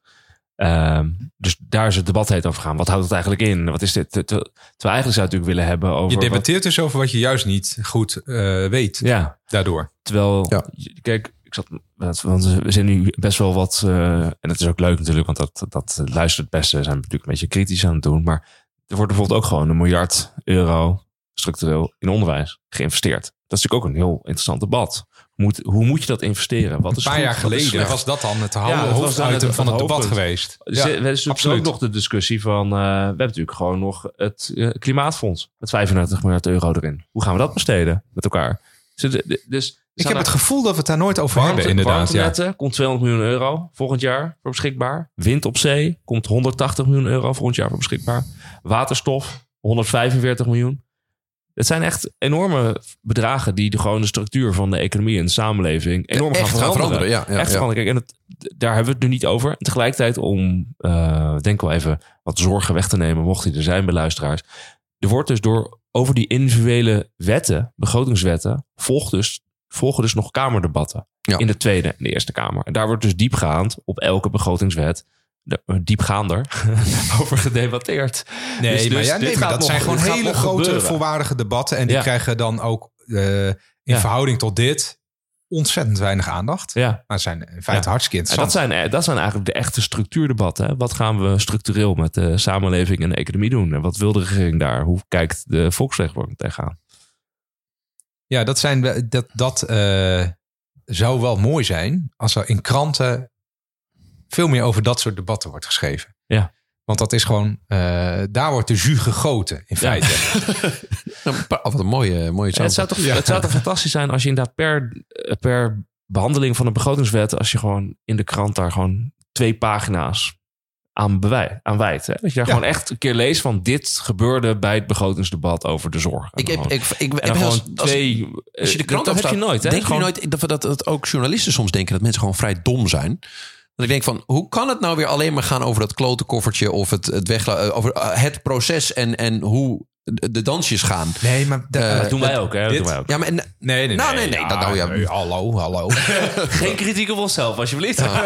Um, dus daar is het debat heet over gaan. Wat houdt het eigenlijk in? Wat is dit? Terwijl eigenlijk zou je het natuurlijk willen hebben over. Je debatteert wat, dus over wat je juist niet goed uh, weet. Ja. Daardoor. Terwijl, ja. Kijk, ik zat, want we zijn nu best wel wat, uh, en het is ook leuk natuurlijk, want dat, dat luistert het beste. Zijn we natuurlijk een beetje kritisch aan het doen. Maar er wordt bijvoorbeeld ook gewoon een miljard euro structureel in onderwijs geïnvesteerd. Dat is natuurlijk ook een heel interessant debat. Moet, hoe moet je dat investeren? Wat is een paar goed, jaar geleden was dat dan het houden ja, hoofditem van het, het debat geweest. Ja, er is absoluut ook nog de discussie van, uh, we hebben natuurlijk gewoon nog het uh, Klimaatfonds met vijfendertig miljard euro erin. Hoe gaan we dat besteden met elkaar? Dus, dus ik heb het gevoel dat we het daar nooit over warmte, hebben, inderdaad. Warmtenetten ja. komt tweehonderd miljoen euro volgend jaar voor beschikbaar. Wind op zee komt honderdtachtig miljoen euro volgend jaar voor beschikbaar. Waterstof honderdvijfenveertig miljoen. Het zijn echt enorme bedragen die de gewone structuur van de economie en de samenleving enorm gaan veranderen. Gaan veranderen ja, ja, echt veranderen. Kijk, en het, daar hebben we het nu niet over. En tegelijkertijd om, uh, denk wel even wat zorgen weg te nemen, mocht die er zijn bij luisteraars. Er wordt dus door over die individuele wetten, begrotingswetten, volgt dus, volgen dus nog kamerdebatten ja. in de Tweede en de Eerste Kamer. En daar wordt dus diepgaand op elke begrotingswet diepgaander over gedebatteerd. Nee, dus, dus maar, ja, nee, maar dat nog, zijn gewoon hele grote gebeuren. volwaardige debatten. En die ja. krijgen dan ook uh, in ja. verhouding tot dit ontzettend weinig aandacht. Ja. Maar het zijn in feite ja. hartstikke interessant. Dat zijn, dat zijn eigenlijk de echte structuurdebatten. Hè? Wat gaan we structureel met de samenleving en de economie doen? En wat wil de regering daar? Hoe kijkt de volksvertegenwoordiging tegenaan? Ja, dat, zijn, dat, dat uh, zou wel mooi zijn als er in kranten veel meer over dat soort debatten wordt geschreven. Ja. Want dat is gewoon, uh, daar wordt de jus gegoten in feite. Ja. Wat een mooie, mooie ja, het, zou toch, ja. het zou toch fantastisch zijn als je inderdaad per, per behandeling van een begrotingswet, als je gewoon in de krant daar gewoon twee pagina's aan, bewij, aan wijdt. Hè? Dat je daar ja. gewoon echt een keer leest van dit gebeurde bij het begrotingsdebat over de zorg. Ik heb, gewoon, ik, ik, ik heb als, twee, als, als je de krant dat opstaat, heb je nooit. Hè? Denk gewoon, je nooit dat, dat, dat ook journalisten soms denken dat mensen gewoon vrij dom zijn? Dat ik denk van, hoe kan het nou weer alleen maar gaan over dat klote koffertje of het, het wegla- over het proces en, en hoe de dansjes gaan? Nee, maar de, uh, dat doen wij ook, hè? Dat doen wij ook. Ja, maar en, nee, nee, nee. Nou, nee, nee. Ja, dat, nou, ja. nee, hallo, hallo. Geen kritiek op onszelf, alsjeblieft. Ja.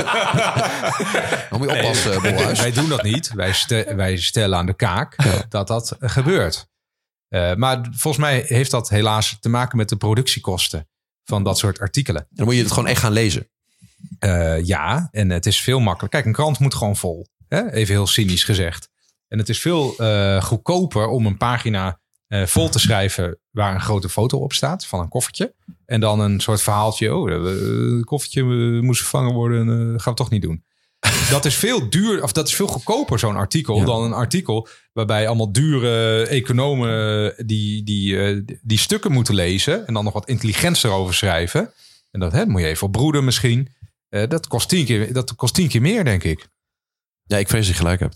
Dan moet je oppassen, nee, Bolhuis. Wij doen dat niet. Wij, stel, wij stellen aan de kaak ja. dat dat gebeurt. Uh, maar volgens mij heeft dat helaas te maken met de productiekosten van dat soort artikelen. Dan moet je het gewoon echt gaan lezen. Uh, ja, en het is veel makkelijker. Kijk, een krant moet gewoon vol. Hè? Even heel cynisch gezegd. En het is veel uh, goedkoper om een pagina uh, vol te schrijven waar een grote foto op staat van een koffertje. En dan een soort verhaaltje. Oh, het koffertje moest vervangen worden. Uh, gaan we toch niet doen. Dat is veel duur, of dat is veel goedkoper, zo'n artikel, ja. dan een artikel waarbij allemaal dure economen die, die, uh, die stukken moeten lezen en dan nog wat intelligents erover schrijven. En dat hè, moet je even op broeden misschien. Uh, dat kost tien keer, dat kost tien keer meer, denk ik. Ja, ik vrees dat je gelijk hebt.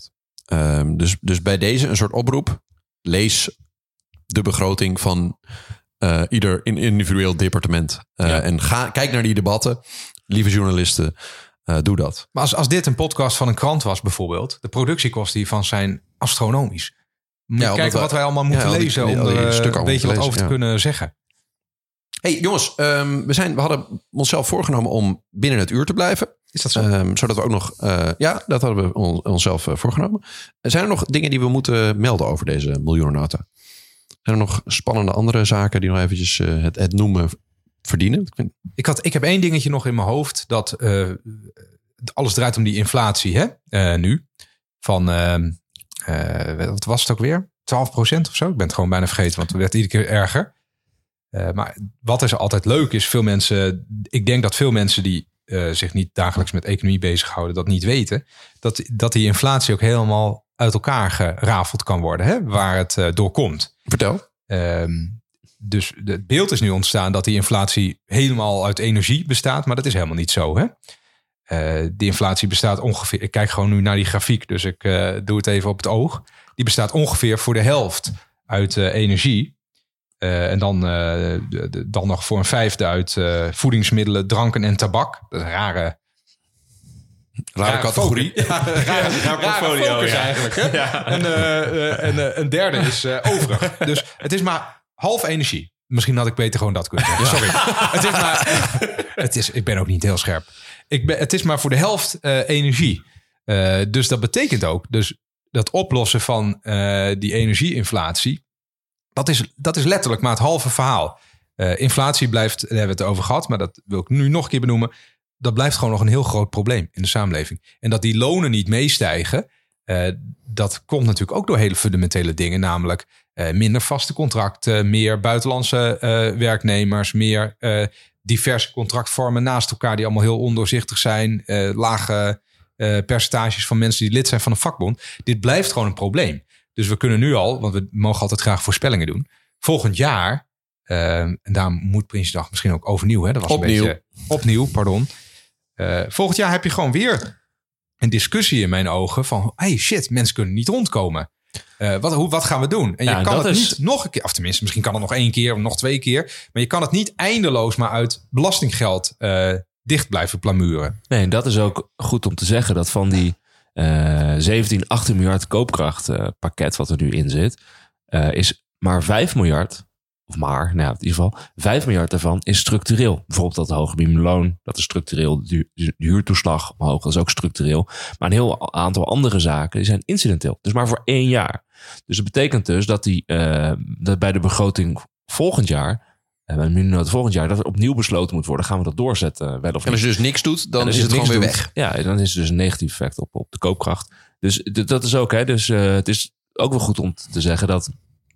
Um, dus, dus bij deze een soort oproep. Lees de begroting van uh, ieder individueel departement. Uh, ja. En ga, kijk naar die debatten. Lieve journalisten, uh, doe dat. Maar als, als dit een podcast van een krant was bijvoorbeeld... de productiekosten hiervan zijn astronomisch. Moet je ja, kijken we, wat wij allemaal moeten ja, lezen... die, die, om er een beetje wat over te ja. kunnen zeggen. Hey jongens, um, we, zijn, we hadden onszelf voorgenomen om binnen het uur te blijven. Is dat zo? Um, zodat we ook nog... Uh, ja, dat hadden we on, onszelf uh, voorgenomen. Zijn er nog dingen die we moeten melden over deze miljoenennota? Zijn er nog spannende andere zaken die nog eventjes uh, het, het noemen verdienen? Ik, vind... ik, had, ik heb één dingetje nog in mijn hoofd. Dat uh, alles draait om die inflatie hè? Uh, nu. Van, uh, uh, wat was het ook weer? twaalf procent of zo? Ik ben het gewoon bijna vergeten, want het werd iedere keer erger. Uh, maar wat is altijd leuk is, veel mensen... Ik denk dat veel mensen die uh, zich niet dagelijks met economie bezighouden... dat niet weten. Dat, dat die inflatie ook helemaal uit elkaar gerafeld kan worden. Hè? Waar het uh, door komt. Vertel. Um, dus het beeld is nu ontstaan dat die inflatie helemaal uit energie bestaat. Maar dat is helemaal niet zo. Hè? Uh, die inflatie bestaat ongeveer... Ik kijk gewoon nu naar die grafiek, dus ik uh, doe het even op het oog. Die bestaat ongeveer voor de helft uit uh, energie... Uh, en dan, uh, de, de, dan nog voor een vijfde uit uh, voedingsmiddelen, dranken en tabak. Dat is een rare... Rare, rare categorie. Ja, rare, rare, rare focus ja. eigenlijk. Hè? Ja. En, uh, uh, en uh, een derde is uh, overig. Dus het is maar half energie. Misschien had ik beter gewoon dat kunnen zeggen. Sorry. het is maar, het is, ik ben ook niet heel scherp. Ik ben, het is maar voor de helft uh, energie. Uh, dus dat betekent ook... Dus dat oplossen van uh, die energieinflatie... Dat is, dat is letterlijk maar het halve verhaal. Uh, inflatie blijft, daar hebben we het over gehad... maar dat wil ik nu nog een keer benoemen... dat blijft gewoon nog een heel groot probleem in de samenleving. En dat die lonen niet meestijgen... Uh, dat komt natuurlijk ook door hele fundamentele dingen... namelijk uh, minder vaste contracten... meer buitenlandse uh, werknemers... meer uh, diverse contractvormen naast elkaar... die allemaal heel ondoorzichtig zijn... Uh, lage uh, percentages van mensen die lid zijn van een vakbond. Dit blijft gewoon een probleem. Dus we kunnen nu al, want we mogen altijd graag voorspellingen doen. Volgend jaar, uh, en daar moet Prinsjesdag misschien ook overnieuw. Hè? Dat was opnieuw. Een beetje, opnieuw, pardon. Uh, volgend jaar heb je gewoon weer een discussie in mijn ogen van... hey shit, mensen kunnen niet rondkomen. Uh, wat, hoe, wat gaan we doen? En je ja, kan het is... niet nog een keer, of tenminste misschien kan het nog één keer of nog twee keer. Maar je kan het niet eindeloos maar uit belastinggeld uh, dicht blijven plamuren. Nee, en dat is ook goed om te zeggen dat van die... Uh, zeventien, achttien miljard koopkrachtpakket uh, wat er nu in zit... Uh, is maar vijf miljard, of maar, nou ja, in ieder geval... vijf miljard daarvan is structureel. Bijvoorbeeld dat hoge minimumloon, dat is structureel. De, de huurtoeslag omhoog, dat is ook structureel. Maar een heel aantal andere zaken die zijn incidenteel. Dus maar voor één jaar. Dus dat betekent dus dat, die, uh, dat bij de begroting volgend jaar... En nu het volgend jaar dat er opnieuw besloten moet worden. Gaan we dat doorzetten? Wel of en als je dus niks doet, dan is het gewoon weer weg. Ja, dan is het dus een negatief effect op, op de koopkracht. Dus d- dat is ook. Hè, dus uh, het is ook wel goed om te zeggen dat...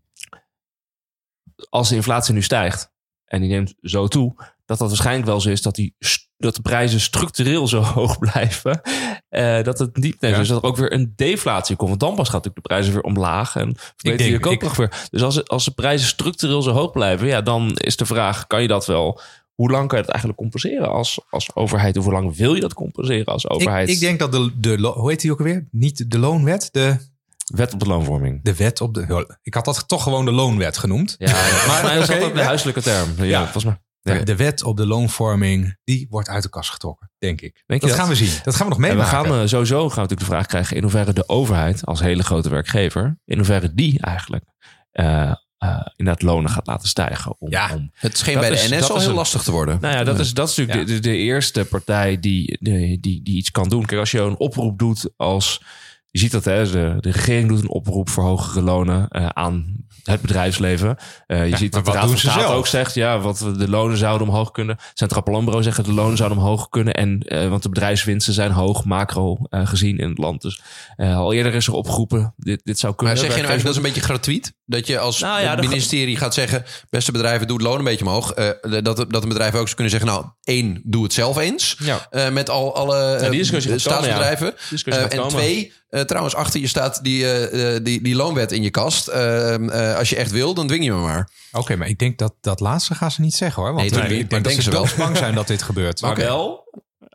als de inflatie nu stijgt en die neemt zo toe... dat dat waarschijnlijk wel zo is dat, die, dat de prijzen structureel zo hoog blijven... Uh, dat het niet neemt. Ja. Dus dat er ook weer een deflatie komt. Want dan pas gaat natuurlijk de prijzen weer omlaag. En verbetert je koopkracht weer. Dus als, als de prijzen structureel zo hoog blijven... ja, dan is de vraag, kan je dat wel... Hoe lang kan je dat eigenlijk compenseren als, als overheid? Of hoe lang wil je dat compenseren als overheid? Ik, ik denk dat de, de... Hoe heet die ook alweer? Niet de loonwet, de... Wet op de loonvorming. De wet op de... Ik had dat toch gewoon de loonwet genoemd. Ja, maar dat is okay, ook de huiselijke term. Ja, ja. Volgens mij. De, de wet op de loonvorming, die wordt uit de kast getrokken, denk ik. Denk dat, dat gaan we zien. Dat gaan we nog meemaken. We gaan uh, sowieso gaan we natuurlijk de vraag krijgen... in hoeverre de overheid als hele grote werkgever... in hoeverre die eigenlijk uh, uh, inderdaad lonen gaat laten stijgen. Om, ja, om, het scheen bij de is, N S al heel een, lastig te worden. Nou ja, dat is, dat is natuurlijk ja. de, de eerste partij die, die, die, die iets kan doen. Kijk, als je een oproep doet als... Je ziet dat, hè, de, de regering doet een oproep voor hogere lonen uh, aan het bedrijfsleven. Uh, je ja, ziet dat de Raad van State ook zegt, ja, wat de lonen zouden omhoog kunnen. Centraal Planbureau zegt dat de lonen zouden omhoog kunnen. En, uh, want de bedrijfswinsten zijn hoog, macro uh, gezien in het land. Dus uh, al eerder is er opgeroepen, dit, dit zou kunnen. Maar zeg je nou eigenlijk dat is een beetje gratuit? Dat je als nou, ja, ministerie gaat zeggen, beste bedrijven, doe het loon een beetje omhoog. Uh, dat, dat een bedrijf ook zou kunnen zeggen, nou, één, doe het zelf eens. Ja. Uh, met al alle uh, ja, staatsbedrijven. Komen, ja. uh, en twee... Uh, trouwens, achter je staat die, uh, die, die loonwet in je kast. Uh, uh, als je echt wil, dan dwing je me maar. Oké, okay, maar ik denk dat dat laatste gaan ze niet zeggen hoor. Want nee, nee, ik denk dat ze wel bang zijn dat dit gebeurt. Maar okay. wel,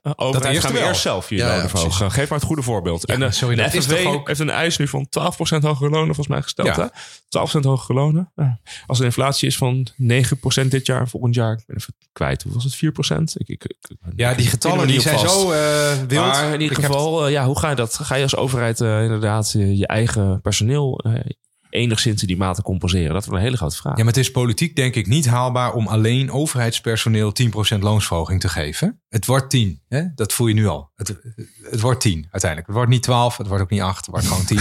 overheid eerste gaan we wel. eerst zelf je Ja, lonen ja, verhogen. precies. Geef maar het goede voorbeeld. Ja, en de, sorry, de dat is F N V toch ook- heeft een eis nu van twaalf procent hogere lonen volgens mij gesteld. Ja. Hè? twaalf procent hogere lonen. Ja. Als de inflatie is van negen procent dit jaar, volgend jaar, ik ben even kwijt. Hoe was het? vier procent? Ik, ik, ik, Ja, die ik getallen pin er die niet op zijn vast. zo uh, wild. Maar in ieder Ik heb- geval, eh, ja, hoe ga je dat? Ga je als overheid uh, inderdaad uh, je eigen personeel uh, enigszins in die mate compenseren? Dat is wel een hele grote vraag. Ja, maar het is politiek denk ik niet haalbaar om alleen overheidspersoneel tien procent loonsverhoging te geven. Het wordt tien, hè? Dat voel je nu al. Het, het wordt tien uiteindelijk. Het wordt niet twaalf, het wordt ook niet acht, het wordt gewoon tien.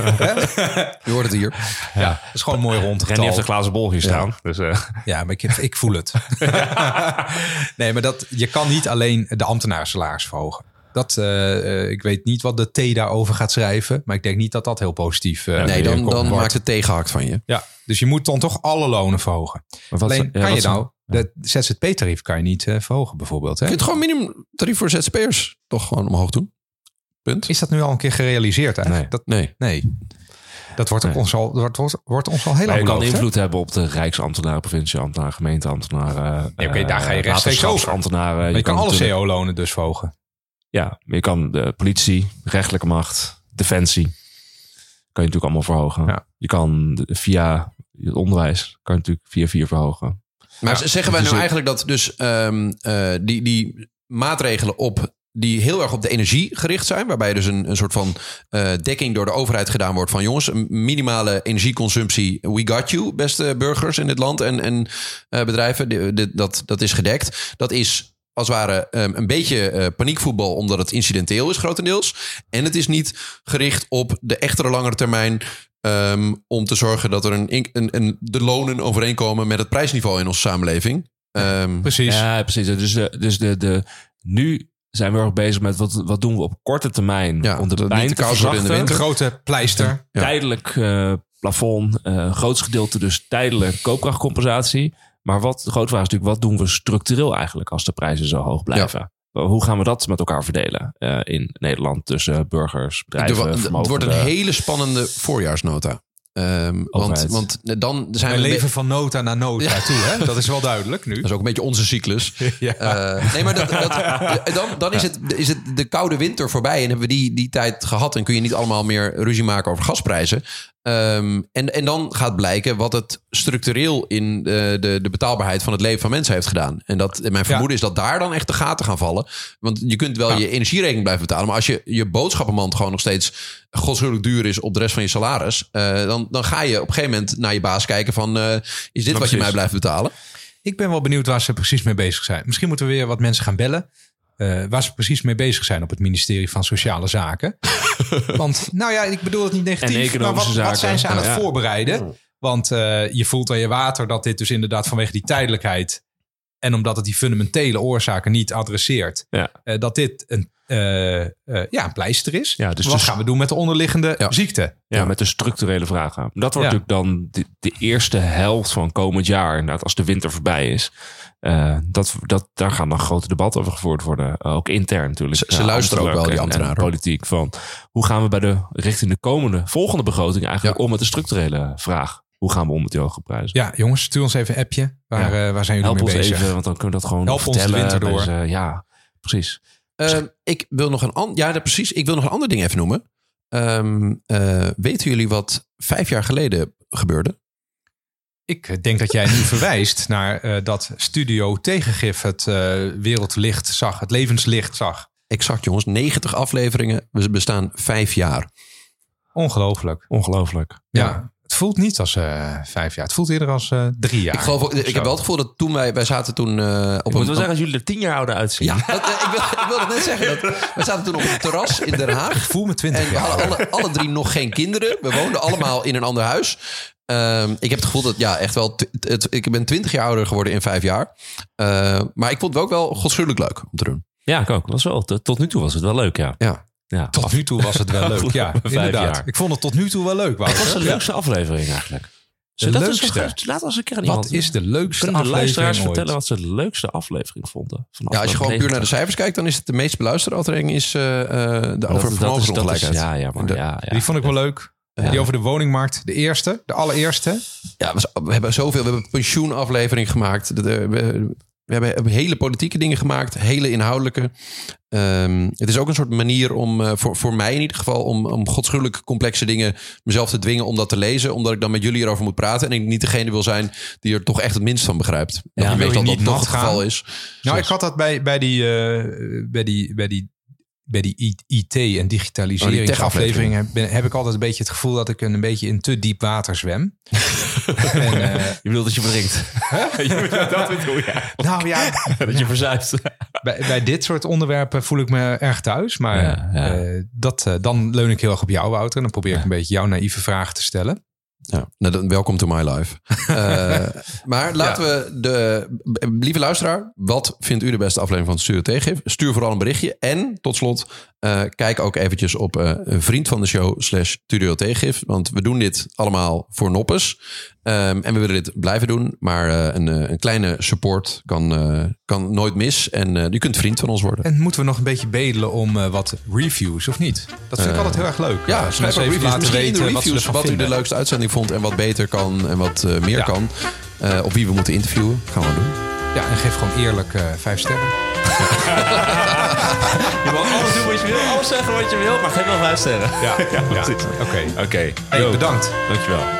Je hoort het hier. Ja, dat is gewoon een mooi rond Rennie heeft een getal. glazen bol hier staan. Dus, uh, Ja, maar ik, ik voel het. Nee, maar dat, je kan niet alleen de ambtenaarssalaris verhogen. Dat, uh, ik weet niet wat de T daarover gaat schrijven. Maar ik denk niet dat dat heel positief uh, Nee, dan, dan wordt. maakt het tegenhakt van je. Ja, dus je moet dan toch alle lonen verhogen. maar wat, Alleen ja, kan wat je zijn- nou, de Z Z P-tarief kan je niet uh, verhogen bijvoorbeeld. Hè? Kun je het gewoon minimumtarief voor Z Z P'ers toch gewoon omhoog doen? Punt. Is dat nu al een keer gerealiseerd eigenlijk? Dat, Nee. nee. Dat wordt, ook Nee. ons al, wordt, wordt, wordt ons al heel Maar lang je kan beloofd, hè? invloed hebben op de rijksambtenaren, provincieambtenaren, gemeenteambtenaren. Nee, oké, daar ga je rechtstreeks over. ambtenaren. Maar je kan alle natuurlijk- C O lonen dus verhogen. Ja, maar je kan de politie, rechterlijke macht, defensie. Kan je natuurlijk allemaal verhogen. Ja. Je kan de- via het onderwijs, kan je natuurlijk via vier verhogen. Maar Ja, zeggen wij dus nou ik- eigenlijk dat dus um, uh, die, die maatregelen op die heel erg op de energie gericht zijn, waarbij dus een, een soort van uh, dekking door de overheid gedaan wordt van jongens, een minimale energieconsumptie, we got you, beste burgers in dit land en, en uh, bedrijven, de, de, dat, dat is gedekt. Dat is als het ware um, een beetje uh, paniekvoetbal, omdat het incidenteel is grotendeels. En het is niet gericht op de echtere langere termijn, um, om te zorgen dat er een, een, een, de lonen overeenkomen met het prijsniveau in onze samenleving. Um, Precies. Ja, precies. Dus, de, dus de, de, nu zijn we erg bezig met wat, wat doen we op korte termijn Ja, om de dat pijn niet te te koud wordt in de verzachten. Een grote pleister. Ja. Tijdelijk uh, plafond, uh, een groot gedeelte dus tijdelijk koopkrachtcompensatie. Maar wat de grote vraag is natuurlijk, wat doen we structureel eigenlijk als de prijzen zo hoog blijven? Ja. Hoe gaan we dat met elkaar verdelen uh, in Nederland tussen burgers, bedrijven, de, vermogenden? Het wordt een hele spannende voorjaarsnota. Um, want, want dan zijn we we... leven van nota naar nota ja. toe. Hè? Dat is wel duidelijk nu. Dat is ook een beetje onze cyclus. Ja. Uh, nee, maar dat, dat, dan, dan is, het, is het de koude winter voorbij. En hebben we die, die tijd gehad. En kun je niet allemaal meer ruzie maken over gasprijzen. Um, en, en dan gaat blijken wat het structureel in de, de, de betaalbaarheid van het leven van mensen heeft gedaan. En dat, mijn vermoeden ja. is dat daar dan echt de gaten gaan vallen. Want je kunt wel ja. je energierekening blijven betalen. Maar als je je boodschappenmand gewoon nog steeds godschuwelijk duur is op de rest van je salaris. Uh, dan, dan ga je op een gegeven moment naar je baas kijken van uh, is dit maar wat precies. je mij blijft betalen? Ik ben wel benieuwd waar ze precies mee bezig zijn. Misschien moeten we weer wat mensen gaan bellen. Uh, waar ze precies mee bezig zijn op het ministerie van Sociale Zaken. Want, nou ja, ik bedoel het niet negatief. Maar wat, wat zijn ze aan het ja. voorbereiden? Want uh, je voelt aan je water dat dit dus inderdaad vanwege die tijdelijkheid... en omdat het die fundamentele oorzaken niet adresseert... Ja. Uh, dat dit een, uh, uh, ja, een pleister is. Ja, dus wat dus, gaan we doen met de onderliggende ja. ziekte? Ja, ja, met de structurele vragen. Dat wordt ja. natuurlijk dan de, de eerste helft van komend jaar... inderdaad als de winter voorbij is... Uh, dat, dat, daar gaan dan grote debatten over gevoerd worden. Uh, ook intern natuurlijk. Ze, ze uh, luisteren ook wel, die ambtenaren. En politiek van hoe gaan we bij de richting de komende, volgende begroting eigenlijk ja. om met de structurele vraag. Hoe gaan we om met die hoge prijzen? Ja, jongens, stuur ons even een appje. Waar, ja. uh, waar zijn jullie Help mee bezig? Help ons even, want dan kunnen we dat gewoon Help vertellen. ons de winter door. Deze, ja, precies. Uh, ik wil nog een an- ja, dat precies. Ik wil nog een ander ding even noemen. Um, uh, weten jullie wat vijf jaar geleden gebeurde? Ik denk dat jij nu verwijst naar uh, dat Studio Tegengif het uh, wereldlicht zag, het levenslicht zag. Exact, jongens. negentig afleveringen. We bestaan vijf jaar. Ongelooflijk. Ongelooflijk. Ja, ja. Het voelt niet als uh, vijf jaar. Het voelt eerder als uh, drie jaar. Ik, geloof ook, ik heb wel het gevoel dat toen wij, wij zaten toen uh, op ik een... moet wel zeggen, als jullie er tien jaar ouder uitzien. Ja, dat, uh, ik, wil, ik wilde net zeggen. Dat, we zaten toen op een terras in Den Haag. Ik voel me twintig en we hadden alle, alle drie nog geen kinderen. We woonden allemaal in een ander huis. Um, ik heb het gevoel dat, ja, echt wel... T- t- ik ben twintig jaar ouder geworden in vijf jaar. Uh, maar ik vond het ook wel godschuwelijk leuk om te doen. Ja, ik ook. Was wel, tot, tot nu toe was het wel leuk, ja. Ja. Ja, tot nu toe was het wel leuk, ja. Inderdaad. Jaar. Ik vond het tot nu toe wel leuk. Wat was de leukste ja. aflevering eigenlijk? De dat leukste? Is, laat als een keer aan Wat iemand, is de leukste kunnen de aflevering luisteraars ooit? vertellen wat ze de leukste aflevering vonden? Ja, als je gewoon puur naar de cijfers kijkt, dan is het de meest beluisterde aflevering is uh, de over vermogensongelijkheid. Ja, ja, maar, ja, ja. Die vond ik wel leuk. Ja. Die over de woningmarkt, de eerste, de allereerste. Ja, we hebben zoveel. We hebben een pensioenaflevering gemaakt. De, de, we, We hebben, hebben hele politieke dingen gemaakt. Hele inhoudelijke. Um, het is ook een soort manier om, uh, voor, voor mij in ieder geval... om, om godschuwelijk complexe dingen mezelf te dwingen om dat te lezen. Omdat ik dan met jullie erover moet praten. En ik niet degene wil zijn die er toch echt het minst van begrijpt. Ja, ja, je weet dat dat toch het gaan. geval is. Nou, Zoals... ik had dat bij, bij die... Uh, bij die, bij die Bij die I T en digitaliseringsafleveringen oh, heb ik altijd een beetje het gevoel dat ik een, een beetje in te diep water zwem. en, uh, je bedoelt dat je verdrinkt. je bedoelt dat bedoel je. Nou ja. dat je verzuipt. bij, bij dit soort onderwerpen voel ik me erg thuis. Maar ja, ja. Uh, dat, uh, dan leun ik heel erg op jou, Wouter. En dan probeer ik ja. een beetje jouw naïeve vragen te stellen. Ja, nou, welcome to my life. uh, maar laten ja. we de... Lieve luisteraar, wat vindt u de beste aflevering van Studio Tegengif? Stuur vooral een berichtje. En tot slot, uh, kijk ook eventjes op uh, een vriend van de show slash Studio Tegengif. Want we doen dit allemaal voor noppes. Um, en we willen dit blijven doen. Maar uh, een, een kleine support kan, uh, kan nooit mis. En uh, je kunt vriend van ons worden. En moeten we nog een beetje bedelen om uh, wat reviews of niet? Dat vind uh, ik altijd heel erg leuk. Ja, schrijf ook reviews. Laten Misschien weten in de reviews wat, wat u de leukste uitzending vond. En wat beter kan en wat uh, meer ja. kan. Uh, op wie we moeten interviewen. Gaan we doen. Ja, en geef gewoon eerlijk uh, vijf sterren. Je mag alles doen wat je wil. Alles zeggen wat je wil. Maar geef wel vijf sterren. Ja, ja, ja. Oké. Okay. Okay. Hey, bedankt. Dankjewel.